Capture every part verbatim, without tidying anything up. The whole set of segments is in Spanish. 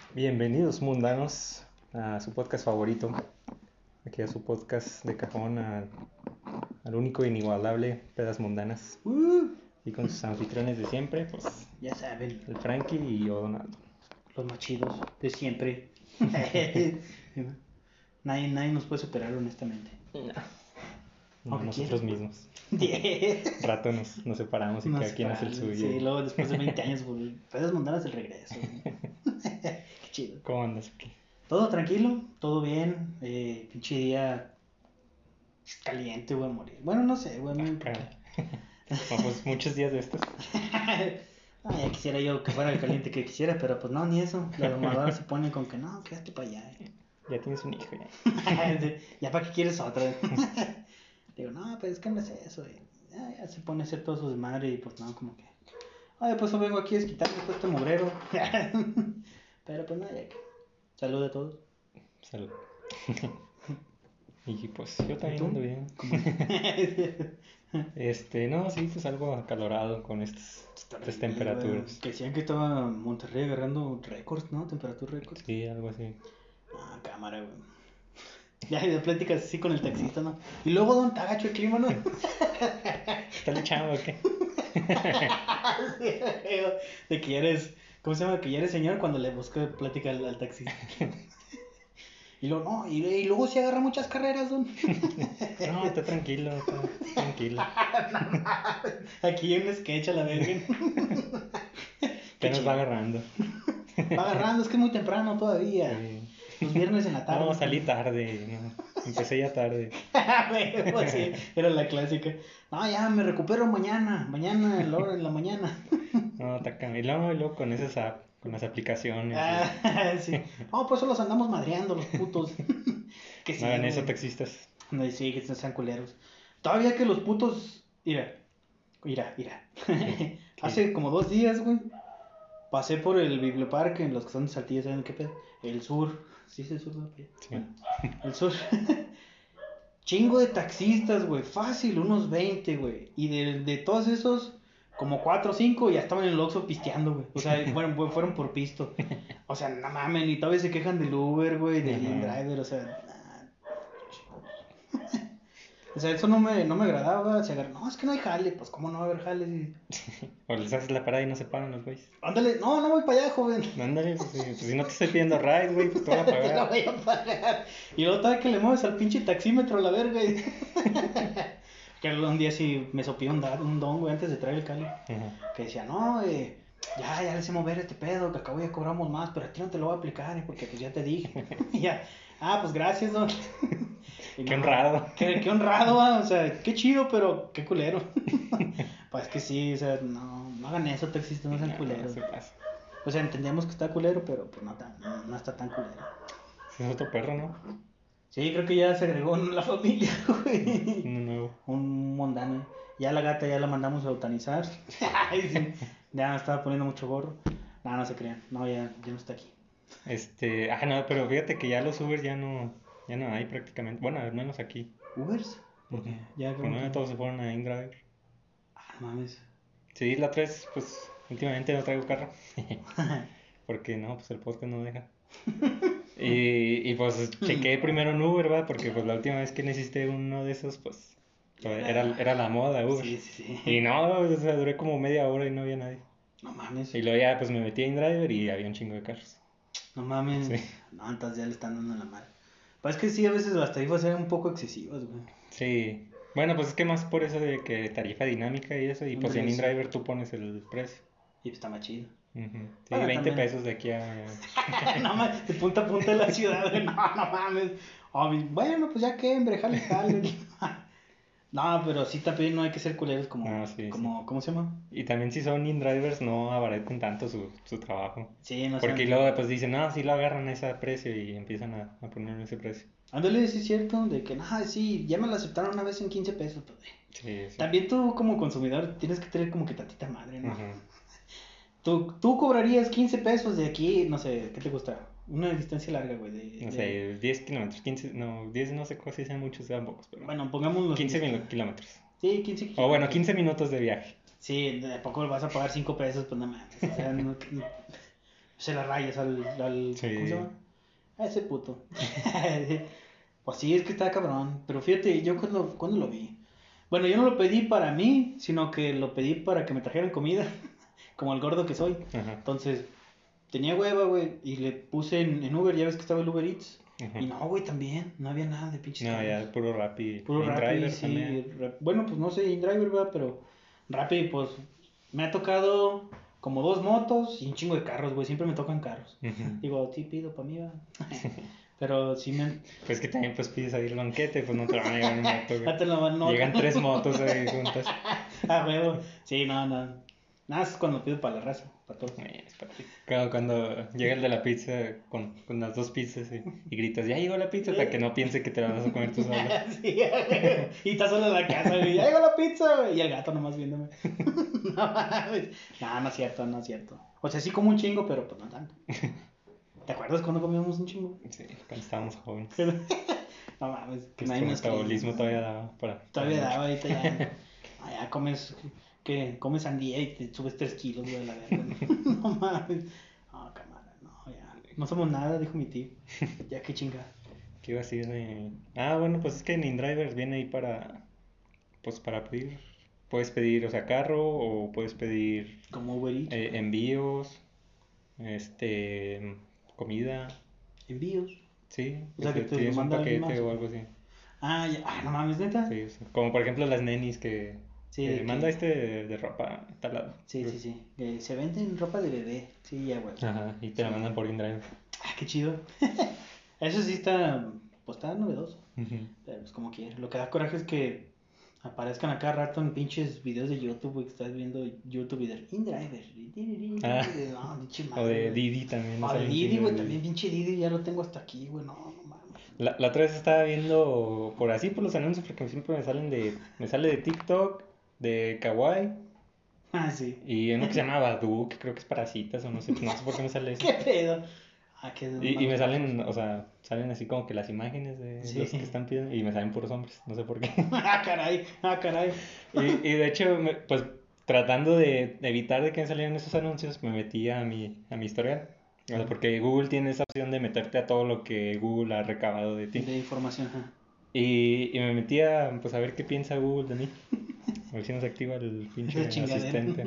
Bienvenidos mundanos a su podcast favorito, aquí a su podcast de cajón, a- al único e inigualable Pedas Mundanas, Uh, y con sus anfitriones de siempre, pues ya saben, el Frankie y yo, Donaldo. los machidos de siempre. nadie, nadie nos puede superar honestamente. No, Aunque nosotros quiera. mismos. Yeah. Rato nos, nos separamos y Nos cada quien hace el separamos, suyo. Sí, luego después de veinte años, pues, puedes mandarlas el regreso. Qué chido. ¿Cómo andas aquí? Todo tranquilo, todo bien. Eh, pinche día caliente, güey, a morir. Bueno, no sé, güey. muy- Caray. No, pues muchos días de estos. Ah, ya quisiera yo que fuera el caliente que quisiera, pero pues no, ni eso. La domadora se pone con que no, quédate para allá. Ya tienes un hijo ya. Ya para qué quieres otra. Digo, no, pues es que no es eso. Y ya, ya se pone a hacer todo su desmadre y pues no, como que. Ay, pues yo vengo aquí a desquitarme todo este mugrero. Pero pues nada, ya que. Salud a todos. Salud. Y pues yo ¿Y también tú? ando bien. Este, no, sí, pues algo acalorado con estas, estas temperaturas. Que decían que estaba Monterrey agarrando récords, ¿no? Temperatura récords. Sí, algo así. Ah, cámara, güey. Ya, y de pláticas así con el taxista, ¿no? Y luego, don, está gacho el clima, ¿no? ¿Está le chavo o qué? De que ya eres, ¿cómo se llama? Que ya eres señor cuando le busca plática al, al taxista. Y luego, no, y, y luego se agarra muchas carreras, don. No, está tranquilo, está tranquilo. Aquí hay un sketch a la verga. Ya nos va agarrando. Va agarrando, es que es muy temprano todavía. Sí. Los viernes en la tarde. No, salí tarde, no, empecé ya tarde. Güey, pues sí, era la clásica. No, ya me recupero mañana, mañana, la hora en la mañana. No, está cam- Y luego, y luego con esas app, con las aplicaciones. y- Ah, sí. No, por eso los andamos madreando, los putos. Que sí, No hagan eso, güey. taxistas. No, sí, que sean culeros. Todavía que los putos. Mira, mira, mira. Hace como dos días, güey. Pasé por el biblioparque, en los que son de Saltillo, ¿saben qué pedo? El sur. Sí, es el sur, ¿no? Sí. Bueno, el sur. Chingo de taxistas, güey. Fácil, unos veinte, güey. Y de, de todos esos, como cuatro o cinco ya estaban en el Oxxo pisteando, güey. O sea, fueron, güey, fueron por pisto. O sea, no mames, y todavía se quejan del Uber, güey, del Ajá. InDriver, o sea, nah. O sea, eso no me, no me agradaba. Se agarra, no, es que no hay jale. Pues, ¿cómo no va a haber jale? Y, O les haces la parada y no se paran los güeyes. ándale, no, no voy para allá, joven. Ándale, pues, sí, pues, si no te estoy pidiendo ride, güey, pues te voy a Te lo pagar. voy a pagar. Y luego todavía que le mueves al pinche taxímetro a la verga. Y... que un día sí me sopió un, da- un don, güey, antes de traer el cali. Ajá. Que decía, no, eh, ya, ya le sé mover este pedo, que acabo ya cobramos más, pero a ti no te lo voy a aplicar, eh, porque pues ya te dije. Y ya, ah, pues gracias, don. Y Qué no, honrado. Qué, qué honrado, ah, o sea, qué chido, pero qué culero. Pues que sí, o sea, no, no hagan eso, taxistas, no sean No, culeros. se pasa. O sea, entendemos que está culero, pero pues no, tan, no, no está tan culero. Ese es otro perro, ¿no? Sí, creo que ya se agregó en la familia, güey. Uno nuevo. Un mondano. Ya la gata ya la mandamos a eutanizar. Ay, sí. Ya me estaba poniendo mucho gorro. No, no se crean. No, ya, ya no está aquí. Este, ah, no, pero fíjate que ya los Uber ya no, ya no hay prácticamente. Bueno, al menos aquí. ¿Ubers? ¿Por qué? Ya Pues como no, que- todos se fueron a InDriver. Ah, no mames. Sí, la tres, pues últimamente no traigo carro. Porque no, pues el podcast no deja. Y, y pues chequé primero en Uber, ¿verdad? Porque pues la última vez que necesité uno de esos, pues era, era la moda Uber. Sí, sí, sí. Y no, o sea, duré como media hora y no había nadie. No mames. Y luego ya pues me metí a InDriver y había un chingo de carros. No mames. Sí. No, entonces ya le están dando la madre. Pues es que sí, a veces las tarifas eran un poco excesivas, güey. Sí. Bueno, pues es que más por eso de que tarifa dinámica y eso. Y pues en Ándale, sí. InDriver tú pones el precio. Y pues está más chido. Ujú. Sí, Bueno, veinte también. pesos de aquí a... No mames, de punta a punta de la ciudad, güey. No, no mames. Oh, bueno, pues ya que, hombre, jale, jale. No, pero sí también no hay que ser culeros como, Ah, sí, como, ¿cómo se llama? Y también si son InDrivers no abaratan tanto su, su trabajo. Sí, no sé. Porque luego pues dicen, no, sí lo agarran a ese precio y empiezan a, a poner ese precio. Ándale, sí es cierto, de que, ah, sí, ya me lo aceptaron una vez en quince pesos, pues, eh. Sí, sí. También tú como consumidor tienes que tener como que tantita madre, ¿no? Ujú. Tú, tú cobrarías quince pesos de aquí, no sé, ¿qué te gusta? Una distancia larga, güey, de... No de- sé, diez kilómetros, quince, no, diez no sé si sean muchos, sean pocos, pero Bueno, pongamos los... quince mil- kilómetros. Sí, quince O bueno, quince minutos de viaje. Sí, de poco vas a pagar cinco pesos, pues no mames. O sea, no, no- Se la rayas al, al Sí. ¿cómo se llama? A ese puto. Pues sí, es que está cabrón. Pero fíjate, yo cuando, cuando lo vi. Bueno, yo no lo pedí para mí, sino que lo pedí para que me trajeran comida. Como el gordo que soy. Ajá. Entonces, tenía hueva, güey. Y le puse en, en Uber, ya ves que estaba el Uber Eats. Ajá. Y no, güey, también. No había nada de pinches No, carros. ya puro Rappi. Puro Rappi, InDriver sí. también. Rap- Bueno, pues no sé, InDriver, ¿verdad? Pero Rappi, pues me ha tocado como dos motos y un chingo de carros, güey. Siempre me tocan carros. Ujú. Digo, sí pido para mí, va. Pero sí me han... Pues que también pues pides ahí el banquete, pues no te van a llevar en moto, güey. Ya te lo van, no. Llegan tres motos ahí juntas. A huevo. Sí, no, no. Nada, es cuando pido para la raza, para todos. Eh, es para ti. Claro, cuando llega el de la pizza con, con las dos pizzas y, y gritas, ya llegó la pizza, hasta que no piense que te la vas a comer tú solo. Sí, y estás solo en la casa, güey. Ya llegó la pizza, güey. Y el gato nomás viéndome. No mames. No, no es cierto, no es cierto. O sea, sí como un chingo, pero pues no tanto. ¿Te acuerdas cuando comíamos un chingo? Sí, cuando estábamos jóvenes. No mames, Que nadie nuestro nos metabolismo creía. todavía daba para... Todavía para daba, mucho. ahorita ya. Ah, ya comes, que comes sandía y te subes tres kilos, güey, a la verga. No mames. No, cámara, no, ya. No somos nada, dijo mi tío. Ya qué chinga. ¿Qué iba a decir de...? Ah, bueno, pues es que en InDriver viene ahí para... Pues para pedir... Puedes pedir, o sea, carro o puedes pedir Como Uber Eats, eh, envíos, este... comida, envíos. sí, O sea, que que te lo tienes un manda alguien paquete más. o algo así. Ah, ya. Ah, no mames, neta. Sí, sí. Como por ejemplo las nenis que, Sí, que de manda que- este de, de ropa a tal lado. Sí, sí, sí. Eh, se venden ropa de bebé. Sí, ya, güey. Ajá, y te la Sí. mandan por InDrive. Ah, qué chido. Eso sí está, pues está novedoso. Ujú. Pero pues como quieras. Lo que da coraje es que aparezcan a cada rato en pinches videos de YouTube, güey, que estás viendo YouTube y del InDriver. Ah, No, pinche o de madre, güey. Didi también. O sale de un Didi, chingo güey, de también Didi. pinche Didi, ya lo tengo hasta aquí, güey. No, no mames. La, la otra vez estaba viendo por así, por los anuncios, porque siempre me salen de... Me sale de TikTok, de Kawaii, Ah, sí. y uno que se llama Badoo, que creo que es para citas o no sé, no sé por qué me sale eso. ¿Qué pedo? Ah, qué Y, y me malos salen, pasos. o sea, salen así como que las imágenes de Sí. los que están pidiendo, y me salen puros hombres, no sé por qué. Ah, caray, ah, caray. Y, y de hecho, me- pues tratando de evitar de que me salieran esos anuncios, me metí a mi, a mi historial. O sea, porque Google tiene esa opción de meterte a todo lo que Google ha recabado de ti. De información, ajá. Y, y me metí a, pues, a ver qué piensa Google de mí. A ver si nos activa el pinche Esa chingadera. asistente.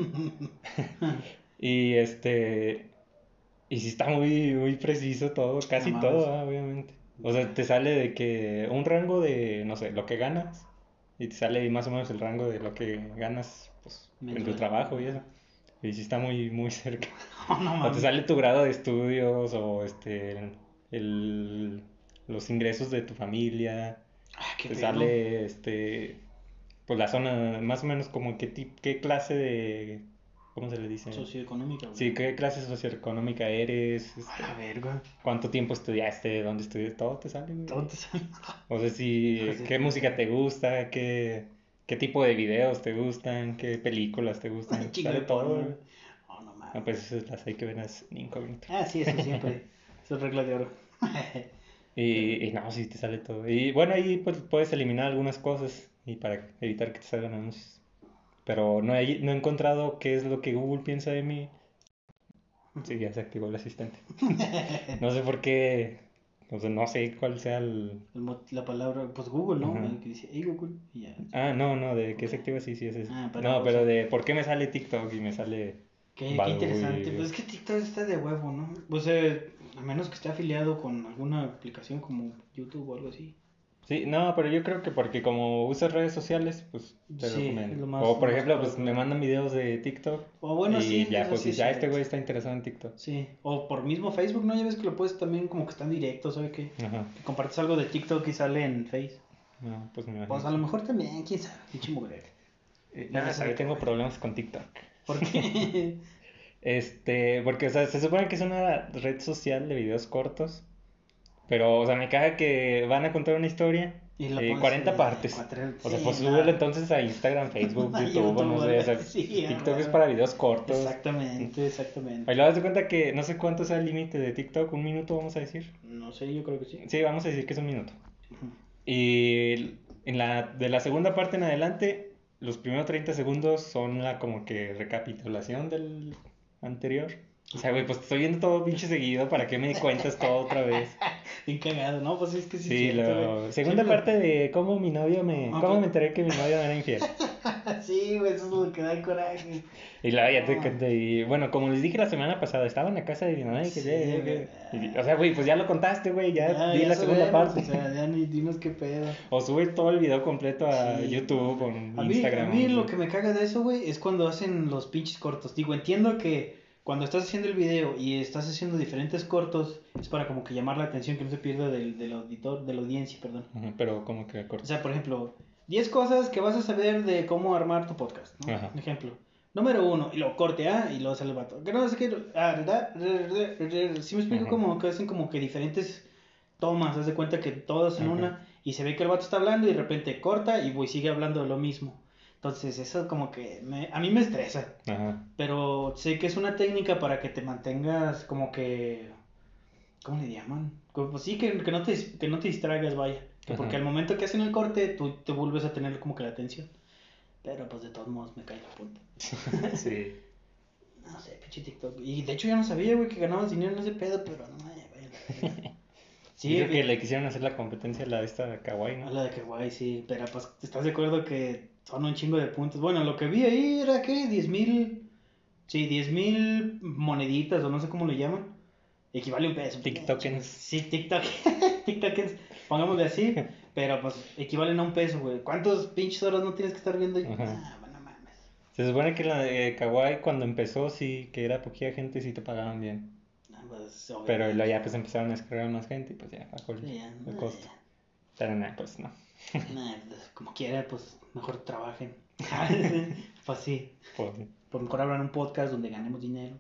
Y este... Y sí está muy, muy preciso todo, casi No todo, mames. ah, obviamente. O sea, te sale de que un rango de, no sé, lo que ganas. Y te sale más o menos el rango de lo que ganas, pues, en tu Mensual. trabajo y eso. Y sí está muy, muy cerca. Oh, no O te mames. sale tu grado de estudios o este, el, los ingresos de tu familia. Ah, qué Te pedo. sale, este, pues la zona, más o menos como qué, tip- qué clase de, ¿cómo se le dice? Socioeconómica, güey. Sí, qué clase socioeconómica eres, A este, la verga. cuánto tiempo estudiaste, dónde estudiaste, todo te sale, güey. Todo te sale. O sea, si, Hijos de qué puta. música te gusta, qué, qué tipo de videos te gustan, qué películas te gustan, Un te chingo sale de todo, porno, güey. güey. Oh, no mames. No, pues esas las hay que ver en incógnito. Ah, sí, eso siempre. Eso es regla de oro. Y, y no, sí te sale todo. Y bueno, ahí pues puedes eliminar algunas cosas y para evitar que te salgan anuncios. Pero no he, no he encontrado qué es lo que Google piensa de mí. Sí, ya se activó el asistente. No sé por qué, o sea, no sé cuál sea el... El mo- la palabra, pues Google, ¿no? Ajá. El que dice, hey Google. Y ya. Ah, no, no, de que se activa sí, sí es eso. Ah, pero, No, o pero sea, de por qué me sale TikTok y me sale Qué, qué Badoo interesante. y... Pues es que TikTok está de huevo, ¿no? Pues eh, a menos que esté afiliado con alguna aplicación como YouTube o algo así. Sí, no, pero yo creo que porque como usas redes sociales, pues te Sí, recomiendo. es lo más- O por lo más ejemplo, pues correcto. me mandan videos de TikTok O bueno, y sí, ya eso pues sí es dices, ah, este cierto. güey está interesado en TikTok. Sí, o por mismo Facebook, ¿no? Ya ves que lo puedes también como que están directos, ¿sabes qué? Ajá. Que compartes algo de TikTok y sale en Face. No, pues me imagino. Pues a lo mejor también, quién sabe, pinche mugrero. Eh, Ya Nada, sabe yo tengo cómo. problemas con TikTok. ¿Por qué? Este, porque, o sea, se supone que es una red social de videos cortos, pero, o sea, me caga que van a contar una historia, Y la eh, pones cuarenta en partes. cuatro- O sea, sí, pues no. súbelo entonces a Instagram, Facebook, A YouTube, o no YouTube, sé, o sea, sí, TikTok ah, es bueno. para videos cortos. Exactamente, exactamente. Ahí le das de cuenta que no sé cuánto sea el límite de TikTok, un minuto vamos a decir. No sé, yo creo que sí. Sí, vamos a decir que es un minuto. Ujú. Y en la, de la segunda parte en adelante, los primeros treinta segundos son la como que recapitulación del anterior. O sea, güey, pues te estoy viendo todo pinche seguido, ¿para qué me cuentas todo otra vez? Bien cagado, ¿no? Pues es que sí, Sí, es cierto, lo... güey. Segunda Siempre- parte de cómo mi novio me... Ah, Cómo pues- me enteré que mi novio me era infiel. Sí, güey, eso es lo que da coraje. Y luego ya te No. conté, y bueno, como les dije la semana pasada, estaba en la casa de mi mamá y que... Sí, que- que- güey. y- o sea, güey, pues ya lo contaste, güey, ya, Ya, di ya la segunda sabemos, parte. o sea, ya ni dinos qué pedo. O sube todo el video completo a Sí, YouTube no, o güey. A mí, Instagram. a mí o no lo sé. que me caga de eso, güey, es cuando hacen los pinches cortos. Digo, entiendo que cuando estás haciendo el video y estás haciendo diferentes cortos, es para como que llamar la atención, que no se pierda del, del auditor, de la audiencia, perdón. Ujú, pero como que O corto. sea, por ejemplo, diez cosas que vas a saber de cómo armar tu podcast, ¿no? Ajá. Un ejemplo. Número uno, y lo corte, ¿ah? Y luego sale el vato. Que no sé qué. Ah, ¿verdad? Sí me explico Ajá. como que hacen como que diferentes tomas, haz de cuenta que todos en Ajá. una, y se ve que el vato está hablando y de repente corta y güey sigue hablando de lo mismo. Entonces eso como que me- a mí me estresa, Ajá. pero sé que es una técnica para que te mantengas como que, ¿cómo le llaman? Como, pues sí, que, que no te, dis- que no te distraigas, vaya. Que porque Ajá. al momento que hacen el corte, tú te vuelves a tener como que la atención. Pero pues de todos modos me cae la punta. Sí. No sé, pinche TikTok. Y de hecho ya no sabía, güey, que ganabas dinero en ese pedo, pero no, vaya, vaya. Sí, Digo que güey. le quisieron hacer la competencia a la de esta Kawaii, A ¿no? la de Kawaii, sí, pero pues estás de acuerdo que son un chingo de puntos. Bueno, lo que vi ahí era que diez mil, sí, diez mil moneditas o no sé cómo le llaman. Equivale a un peso. TikTokens. Sí, TikTok, TikTokens, pongámosle así, pero pues equivalen a un peso, güey. ¿Cuántos pinches horas no tienes que estar viendo ahí? Ajá. Ah, bueno, mames. Se supone que la de Kawaii cuando empezó sí, que era poquita gente, sí te pagaban bien. No, pues, Pero obviamente. luego ya pues empezaron a descargar más gente y pues ya bajó el, Sí, ya, el no, costo. ya. Pero nada, pues no. Nah, pues, como quiera, pues mejor trabajen. Pues sí, Pues, pues mejor abran un podcast donde ganemos dinero.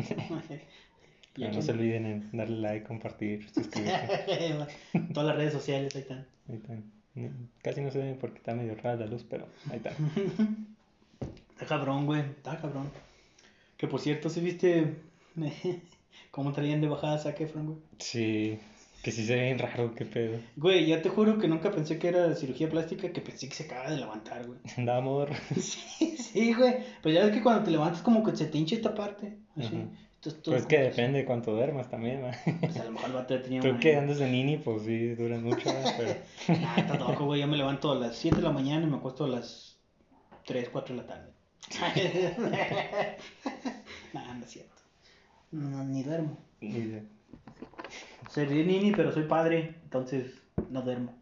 Y pero no aquí- se olviden en darle like, compartir, suscribirse. Todas las redes sociales ahí están. Ahí están. Ni- Casi no se ven porque está medio rara la luz, pero ahí está. Está cabrón, güey. Está cabrón. Que por cierto, ¿sí viste cómo traían de bajada a Zac Efron, güey? Sí, que sí se ve bien raro, qué pedo. Güey, ya te juro que nunca pensé que era cirugía plástica, que pensé que se acaba de levantar, güey. Andaba amor. Sí, sí, güey. Pero ya ves que cuando te levantas como que se te hincha esta parte. Así. Ajá. Entonces, todo Pues que como que- depende de cuánto duermas también, ¿va? Pues a lo mejor el vato ya tenía Tú una- que andas de nini, pues sí, duran mucho, ¿va? Pero... Nah, está loco, güey. Yo me levanto a las siete de la mañana y me acuesto a las tres, cuatro de la tarde. Nah, no es cierto. No, ni duermo. Ni idea. Soy nini, pero soy padre, entonces no duermo.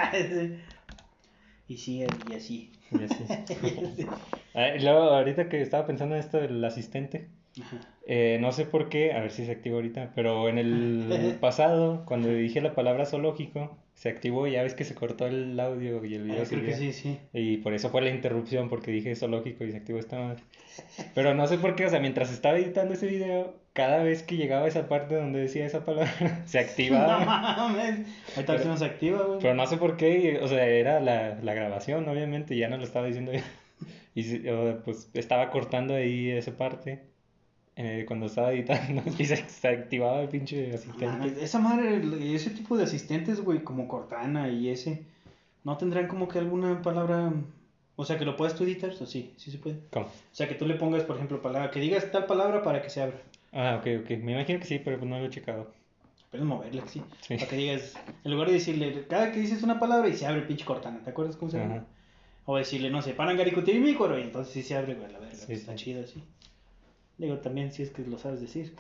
Y sí, y así. Y así. Ah, y luego, ahorita que estaba pensando en esto del asistente, Ajá. eh, no sé por qué, a ver si se activa ahorita, pero en el pasado, cuando dije la palabra zoológico, se activó y ya ves que se cortó el audio y el video Ah, creo que seguía. sí, sí. Y por eso fue la interrupción, porque dije zoológico y se activó esta madre. Pero no sé por qué, o sea, mientras estaba editando ese video, cada vez que llegaba a esa parte donde decía esa palabra, se No activaba. mames. Ahorita se nos activa, güey. Pero no sé por qué, o sea, era la, la grabación, obviamente, ya no lo estaba diciendo yo. Y sí, o, pues estaba cortando ahí esa parte eh, cuando estaba editando y se, se activaba el pinche Mames, asistente. esa madre, ese tipo de asistentes, güey, como Cortana y ese, ¿no tendrán como que alguna palabra, o sea, que lo puedas tú editar? O sí, sí se puede. ¿Cómo? O sea, que tú le pongas, por ejemplo, palabra, que digas tal palabra para que se abra. Ah, ok, ok. Me imagino que sí, pero pues no lo he checado. Puedes moverle, sí. Sí. Para que digas, en lugar de decirle, cada que dices una palabra y se abre el pinche Cortana, ¿te acuerdas cómo se llama? Ajá. O decirle, no sé, Parangaricutirimícoro, y entonces sí se abre, güey, la verga, Sí, pues, está sí. chido así. Digo, también si es que lo sabes decir.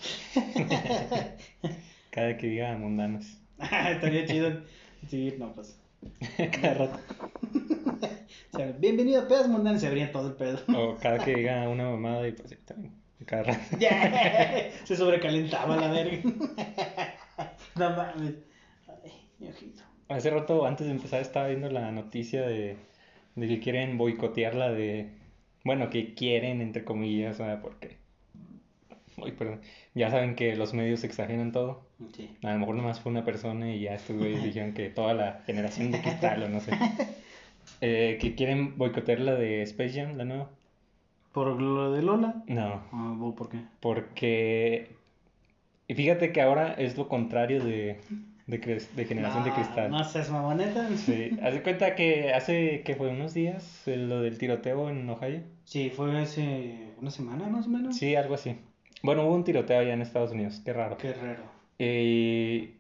Cada que diga mundanos. Estaría chido. Sí, no, pues. Cada rato. O sea, bienvenido a Pedas Mundanas, se abría todo el pedo. O cada que diga una mamada y pues sí, también. Cada rato. Se sobrecalentaba la verga. No mames. Ay, mi ojito. Hace rato, antes de empezar, estaba viendo la noticia de, de que quieren boicotear la de... Bueno, que quieren, entre comillas, ¿sabes? Porque... Uy, perdón. Ya saben que los medios exageran todo. Sí. A lo mejor nomás fue una persona y ya estos güeyes dijeron que toda la generación de cristal o no sé. Eh, que quieren boicotear la de Space Jam, la nueva. ¿Por lo de Lola? No, Ah, ¿vos ¿por qué? porque... Y fíjate que ahora es lo contrario de, de, cres- de generación de No, cristal. No seas mamoneta. Sí, haz de cuenta que hace, que fue unos días, eh, lo del tiroteo en Ohio. Sí, fue hace una semana más o menos. Sí, algo así. Bueno, hubo un tiroteo allá en Estados Unidos, qué raro. Qué raro. Eh,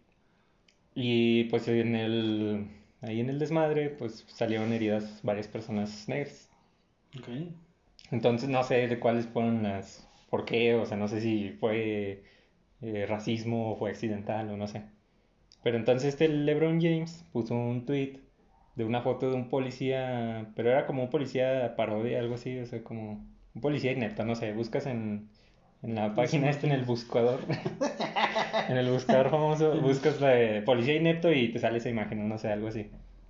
y pues en el, ahí en el desmadre, pues salieron heridas varias personas negras. Ok. Entonces no sé de cuáles fueron las, por qué, o sea, no sé si fue eh, racismo o fue accidental o no sé. Pero entonces este LeBron James puso un tweet de una foto de un policía, pero era como un policía parodia, algo así, o sea, como un policía inepto, no sé, buscas en, en la Las página esta, en el imágenes. buscador, en el buscador famoso, buscas la de policía inepto y te sale esa imagen, no sé, algo así.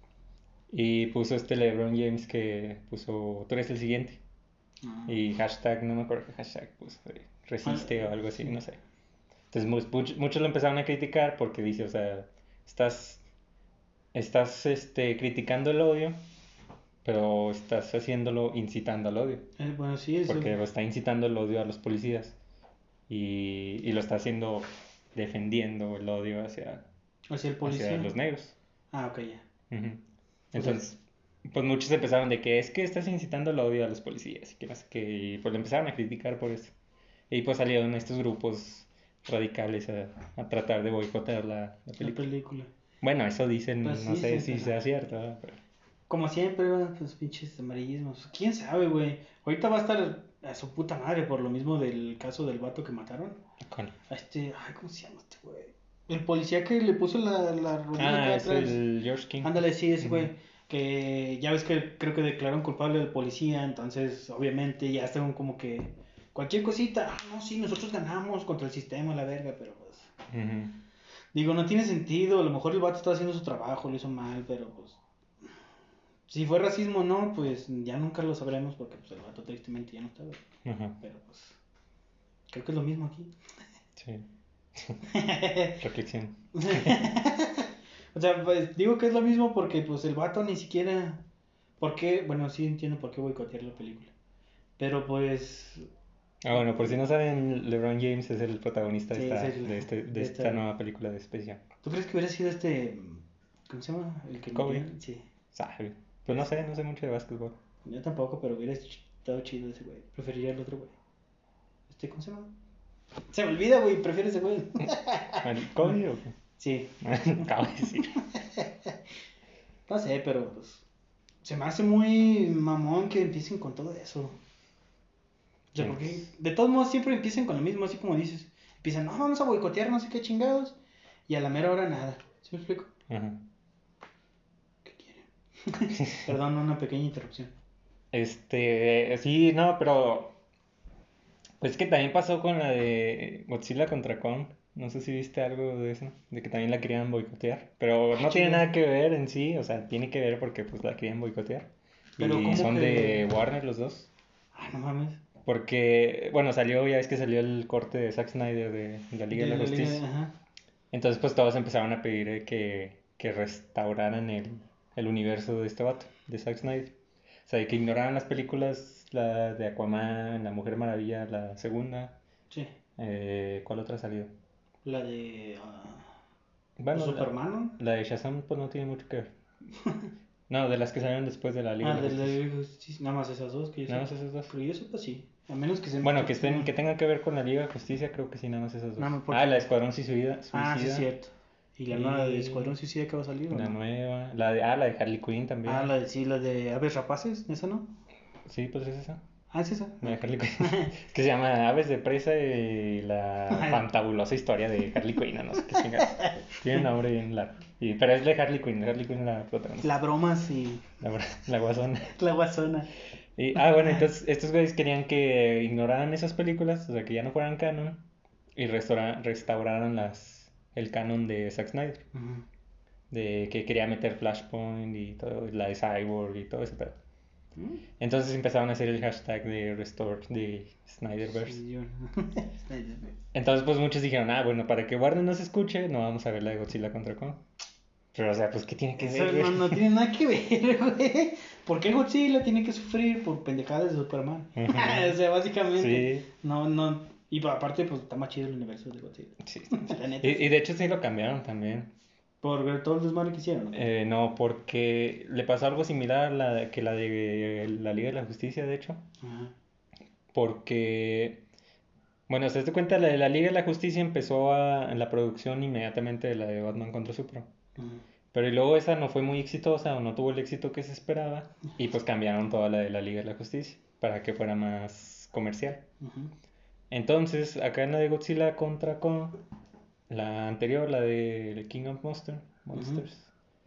Y puso este LeBron James que puso, tú eres el siguiente. Ah. Y hashtag, no me acuerdo qué hashtag puso, eh, Ah, resiste o algo así, sí. no sé. Entonces mu- much- muchos lo empezaron a criticar porque dice, o sea, estás, estás este, criticando el odio, pero estás haciéndolo incitando al odio. Eh, bueno, sí, eso. Porque lo está incitando el odio a los policías y, y lo está haciendo defendiendo el odio hacia, Hacia el hacia policía. los negros. Ah, ok, ya. Ujú. O sea, Entonces, pues muchos empezaron de que es que estás incitando el odio a los policías y que no sé qué, y pues lo empezaron a criticar por eso. Y pues salieron estos grupos radicales a, a tratar de boicotear la, la la película. película. Bueno, eso Pues dicen, no sé dicen, si pero. sea cierto, ¿verdad? Pero Como siempre, ¿verdad? Pues pinches amarillismos. ¿Quién sabe, güey? Ahorita va a estar a su puta madre por lo mismo del caso del vato que mataron. ¿cuál? A este. Ay, ¿cómo se llama este güey? El policía que le puso la, la rodilla Ah, acá es atrás. el George King. Ándale, sí, ese Ujú. güey. Que ya ves que creo que declararon culpable al policía. Entonces, obviamente, ya están como que. Cualquier cosita. Ah, no, sí, nosotros ganamos contra el sistema, la verga, pero pues. Ujú. Digo, no tiene sentido. A lo mejor el vato está haciendo su trabajo, lo hizo mal, pero pues. Si fue racismo o no, pues ya nunca lo sabremos porque pues, el vato tristemente ya no está, güey. Ajá, Pero pues creo que es lo mismo aquí. sí. Reflexión. O sea, pues digo que es lo mismo porque pues el vato ni siquiera... ¿Por qué? Bueno, sí entiendo por qué boicotear la película. Pero pues... Ah, bueno, por si no saben, LeBron James es el protagonista de Sí, es esta, el... de este, de De esta esta... nueva película de Space Jam. ¿Tú crees que hubiera sido este... ¿Cómo se llama? El que murió. Kobe, Sí. sabe. Pues no sé, no sé mucho de básquetbol. Yo tampoco, pero hubiera estado chido ese güey. Preferiría el otro güey. Este, ¿cómo se llama? Se me olvida, güey. Prefiero ese güey. ¿El Kobe o qué? Sí. Acabo de decir. No sé, pero pues, se me hace muy mamón que empiecen con todo eso. O sea, Sí, porque pues, de todos modos siempre empiezan con lo mismo, así como dices. Empiezan, no, vamos a boicotear no sé qué chingados. Y a la mera hora nada. ¿Sí me explico? ajá. ¿Qué quieren? Perdón, una pequeña interrupción. Este, sí, no, pero pues que también pasó con la de Godzilla contra Kong. No sé si viste algo de eso, de que también la querían boicotear. Pero Ah, no tiene chinga. nada que ver en sí, o sea, tiene que ver porque pues la querían boicotear. Pero Y como son que... de Warner los dos. Ah, no mames. Porque, bueno, salió, ya es que salió el corte de Zack Snyder de la Liga de De la la liga de... Justicia. Ajá. Entonces, pues todos empezaron a pedir eh, que, que restauraran el, el universo de este vato, de Zack Snyder. O sea, que ignoraran las películas, la de Aquaman, La Mujer Maravilla, la segunda. Sí. Eh, ¿cuál otra ha salido? La de... ah, pues Bueno, la, Superman, ¿no? la de Shazam, pues no tiene mucho que ver. No, de las que salieron después de la Liga Ah, de la de la Justicia. Liga de Justicia. Nada más esas dos que yo Nada sepa. más esas dos. Pero yo sepa sí. A menos que se... Bueno, que, que se estén, me- que tengan que ver con la Liga de Justicia, creo que sí, nada más esas dos. Nada más Ah, porque... la de Escuadrón Suicida. Ah, sí es Suicida cierto. ¿Y la nueva de y Escuadrón Suicida que va a salir o la no? nueva. La de, ah, la de Harley Quinn Ah, también. la de sí, la de Aves Rapaces, ¿esa no? Sí, pues es esa. Ah, es esa. La Ah, de ok. Harley Quinn. Es que se llama Aves de Presa y la fantabulosa historia de Harley Quinn, no sé qué chingados. Tiene un nombre bien largo. Y, pero es de Harley Quinn, Harley Quinn es la protagonista. La broma sí. La, la guasona. La guasona. Y, ah, bueno, entonces estos güeyes querían que ignoraran esas películas, o sea, que ya no fueran canon, y restaura- restauraran las, el canon de Zack Snyder. Ujú. De que quería meter Flashpoint y todo, la de Cyborg y todo ese pedo. ¿Mm? Entonces empezaron a hacer el hashtag de Restore de Snyderverse. Sí, yo... Snyderverse. Entonces, pues muchos dijeron, ah, bueno, para que Warner no se escuche, no vamos a ver la de Godzilla contra Kong. Pero, o sea, pues, ¿qué tiene que Eso ver, güey? no, no tiene nada que ver, güey. ¿Por qué Godzilla tiene que sufrir por pendejadas de Superman? Ujú. O sea, básicamente. Sí, No, no. Y pa- aparte, pues está más chido el universo de Godzilla. sí. La Y, neta. y de hecho sí lo cambiaron también. Por ver todo el desmadre que hicieron, ¿no? Eh, no, porque le pasó algo similar a la, que la de la Liga de la Justicia, de hecho. Ajá. Porque, Bueno, ¿te das cuenta? La de la Liga de la Justicia empezó a, en la producción inmediatamente de la de Batman contra Superman. Ujú. Pero y luego esa no fue muy exitosa o no tuvo el éxito que se esperaba. Y pues cambiaron toda la de la Liga de la Justicia para que fuera más comercial. Ujú. Entonces, acá en la de Godzilla contra Kong, la anterior, la de King of Monster, Ujú. Monsters,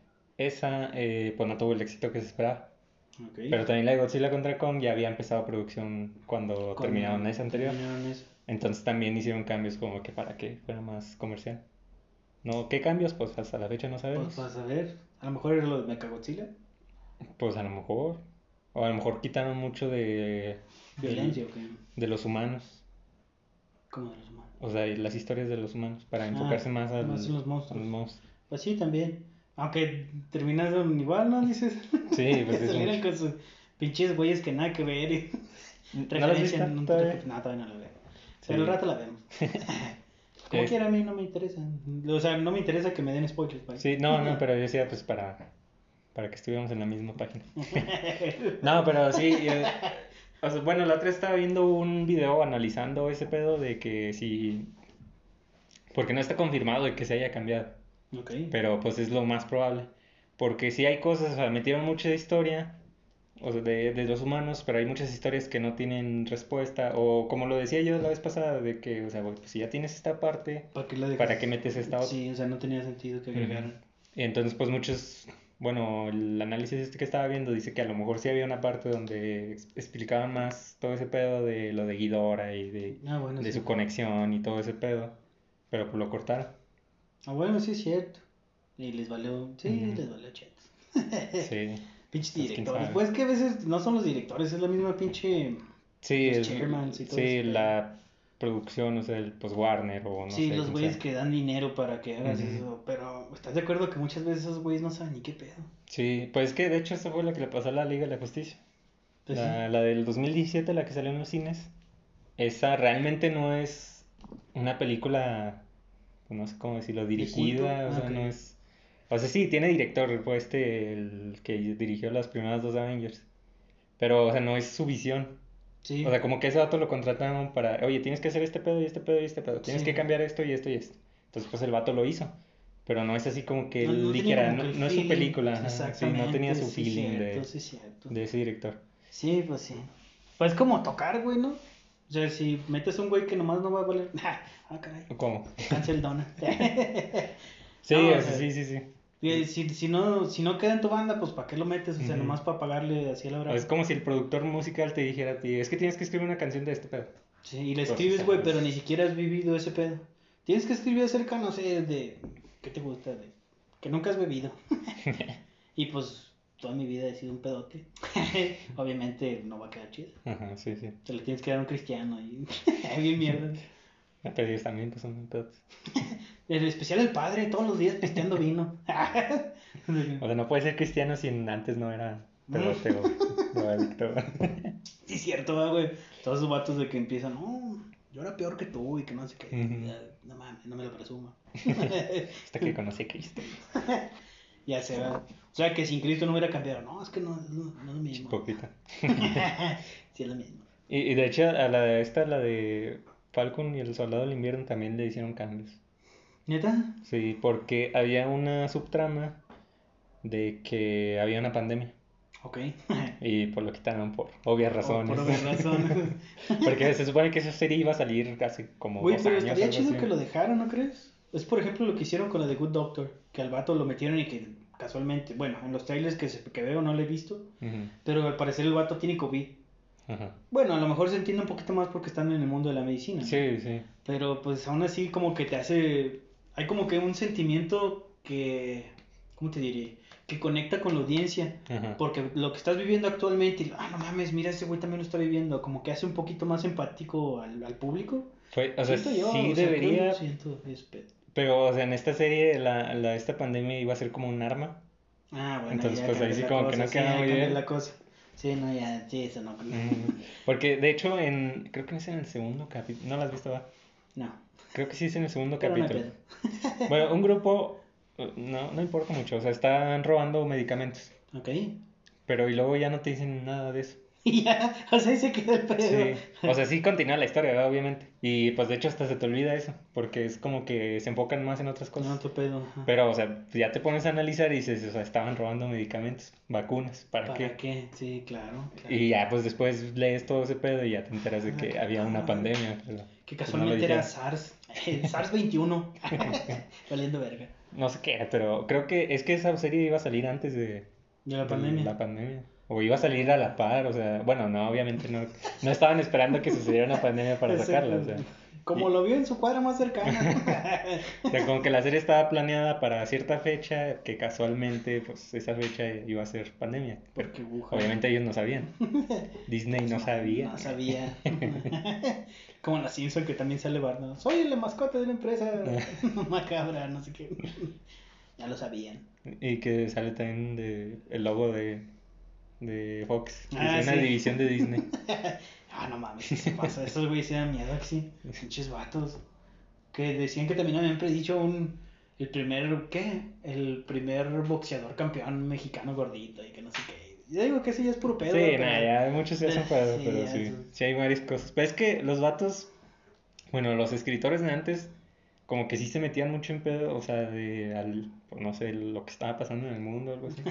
esa eh, pues no tuvo el éxito que se esperaba. Ok. Pero también la de Godzilla contra Kong ya había empezado producción cuando Cuando terminaron esa anterior. terminaron eso. Entonces también hicieron cambios como que para que fuera más comercial. No, ¿qué cambios? Pues hasta la fecha no Pues sabemos. vas a ver. A lo mejor era lo de Mechagodzilla. Pues a lo mejor. O a lo mejor quitaron mucho de, del- Violencia o qué. de los humanos. Como de los humanos. O sea, y las historias de los humanos. Para Ah, enfocarse más al, más en los al monstruos. monstruo. Pues sí, también. Aunque terminaron igual, ¿no? Dices. Sí, pues Que es salieron mucho. con sus pinches güeyes que nada que ver. Y ¿No la has visto referencia en un todavía? No, todavía no la veo. Sí. Pero al rato la vemos. Como Es- quiera, a mí no me interesa. O sea, no me interesa que me den spoilers. Bye. Sí, no, no, pero yo decía pues para, para que estuviéramos en la misma página. No, pero sí. eh, o sea, bueno, la otra vez estaba viendo un video analizando ese pedo de que si. Porque no está confirmado de que se haya cambiado. Ok. Pero pues es lo más probable. Porque si hay cosas, o sea, metieron mucha historia o sea, de, de los humanos, pero hay muchas historias que no tienen respuesta. O como lo decía yo la vez pasada, de que, o sea, güey, pues si ya tienes esta parte, ¿Para qué la dejas? ¿para qué metes esta otra? Sí, o sea, no tenía sentido que agregaran. Ujú. Y entonces, pues muchos, bueno, el análisis este que estaba viendo dice que a lo mejor sí había una parte donde ex- explicaban más todo ese pedo de lo de Ghidorah y de, Ah, bueno, de sí. su conexión y todo ese pedo. Pero pues lo cortaron. Ah, bueno, sí es cierto. Y les valió. Sí, Ujú. les valió cheto. Sí. Pinches Pues quién directores. sabe. Pues que a veces no son los directores, es la misma pinche. Sí, Los es, chairmans y todo sí, ese pedo. la producción, o sea, el pues Warner o no Sí, sé los quién güeyes sea. que dan dinero para que hagas Ujú. eso. Pero, ¿estás de acuerdo que muchas veces esos güeyes no saben ni qué pedo? Sí, pues es que de hecho eso fue lo que le pasó a la Liga de la Justicia. Pues La, sí. la del dos mil diecisiete, la que salió en los cines, esa realmente no es una película, pues, no sé cómo decirlo, ¿De culto? dirigida, o Ah, sea, ok. no es... O sea, sí, tiene director, fue este, el que dirigió las primeras dos Avengers, pero, o sea, no es su visión. O Sí. sea, como que ese vato lo contrataron para, oye, tienes que hacer este pedo y este pedo y este pedo, tienes Sí. que cambiar esto y esto y esto. Entonces, pues el vato lo hizo, pero no es así como que No, él no tenía dijera, como no, que el no es su feeling. película, ajá, sí, no Exactamente. tenía su Sí, feeling cierto, de, sí, cierto. de ese director. Sí, pues sí. Pues como tocar, güey, ¿no? O sea, si metes un güey que nomás no va a valer. Ah, caray. ¿Cómo? Cancel Donna. Sí, No, o o sea, sea, sí, sí, sí. y si, si, no, si no queda en tu banda, pues ¿para qué lo metes? O sea, Ujú. nomás para pagarle así a la O hora. es como si el productor musical te dijera a ti, es que tienes que escribir una canción de este pedo. Sí, y le Pues, o escribes, sea, güey, es- pero ni siquiera has vivido ese pedo. Tienes que escribir acerca, no sé, de. ¿Qué te gusta? De. Que nunca has bebido. Y pues toda mi vida he sido un pedote. Obviamente no va a quedar chido. Ajá, sí, sí. Te le tienes que dar a un cristiano y. Bien mierda. Pero ellos también pues son pedos. En especial el padre, todos los días pisteando vino. O sea, no puede ser cristiano si antes no era pedote o drogadicto. Sí, cierto, va, güey. Todos esos vatos de que empiezan, no, yo era peor que tú y que no sé qué. Ujú. Ya, no mames, no me lo presuma. Hasta que conocí a Cristo. Ya se va. O sea, que sin Cristo no hubiera cambiado. No, es que no, no, no es lo mismo. Hipócrita. Sí, es lo mismo. Y, y de hecho, a la de esta, la de Falcon y el Soldado del Invierno también le hicieron cambios. ¿Neta? Sí, porque había una subtrama de que había una pandemia. Ok. Y pues lo quitaron por obvias O razones. por obvias razones. Porque se supone que esa serie iba a salir hace como Güey, dos pero años, estaría algo chido así. que lo dejaran, ¿no crees? Es por ejemplo lo que hicieron con la de Good Doctor. Que al vato lo metieron y que casualmente, bueno, en los trailers que, se, que veo no lo he visto. Ujú. Pero al parecer el vato tiene COVID. Ajá. Bueno, a lo mejor se entiende un poquito más porque están en el mundo de la medicina, ¿no? Sí, sí. Pero pues aún así como que te hace... Hay como que un sentimiento que... ¿Cómo te diré? Que conecta con la audiencia. Ajá. Porque lo que estás viviendo actualmente, ah, no mames, mira, ese güey también lo está viviendo. Como que hace un poquito más empático al, al público. Fue, o sea, Siento yo, sí o sea, creo yo debería, siento es pedo. pero o sea, en esta serie la, la, esta pandemia iba a ser como un arma. Ah, bueno, Entonces, ya pues ahí cambió sí la como cosa, que no sí, queda ya muy cambió bien. la cosa. Sí, no, ya, sí, eso no. Mm, Porque de hecho, en creo que es en el segundo capítulo. ¿No lo has visto, va? No, Creo que sí es en el segundo pero no hay capítulo. pedo. Bueno, un grupo, eh, no, no importa mucho, o sea, están robando medicamentos. Ok. Pero y luego ya no te dicen nada de eso. Y ya, o sea, ahí se queda el pedo. Sí, o sea, sí continúa la historia, ¿verdad? Obviamente. Y pues de hecho hasta se te olvida eso, porque es como que se enfocan más en otras No, cosas. otro pedo. Ajá. Pero, o sea, ya te pones a analizar y dices, o sea, estaban robando medicamentos, vacunas, ¿para, ¿Para qué? qué? Sí, claro, claro. Y ya, pues después lees todo ese pedo y ya te enteras de Ah, que había una ah, pandemia, pero Que pues no lo casualmente era dijeron. SARS. eh, SARS veintiuno. Valiendo verga. No sé qué era, pero creo que es que esa serie iba a salir antes de, De la de pandemia. la pandemia. O iba a salir a la par, o sea, bueno, no, obviamente no, no estaban esperando que sucediera una pandemia para sacarla, o sea. Exacto. Como Y- lo vio en su cuadra más cercana. o sea, como que la serie estaba planeada para cierta fecha, que casualmente, pues esa fecha iba a ser pandemia. Pero Porque Wuhan. obviamente ellos no sabían. Disney no sabía. No sabía. Como en la Simpson que también sale Barney. Soy la mascota de la empresa macabra, no sé qué. Ya lo sabían. Y que sale también de, el logo de, de Fox, que Ah, es una sí. división de Disney. Ah, no mames, ¿qué se pasa? Esos güeyes se dan miedo que sí. Pinches vatos. Que decían que también habían predicho un. El primer. ¿Qué? El primer boxeador campeón mexicano gordito y que no sé qué. Yo digo que sí, ya es puro pedo. Sí, pero- nada, ya muchos se hacen pedo, Sí, pero ya sí, es- sí hay varias cosas. Pero es que los vatos, bueno, los escritores de antes, como que sí se metían mucho en pedo, o sea, de, al, pues, no sé, lo que estaba pasando en el mundo o algo así.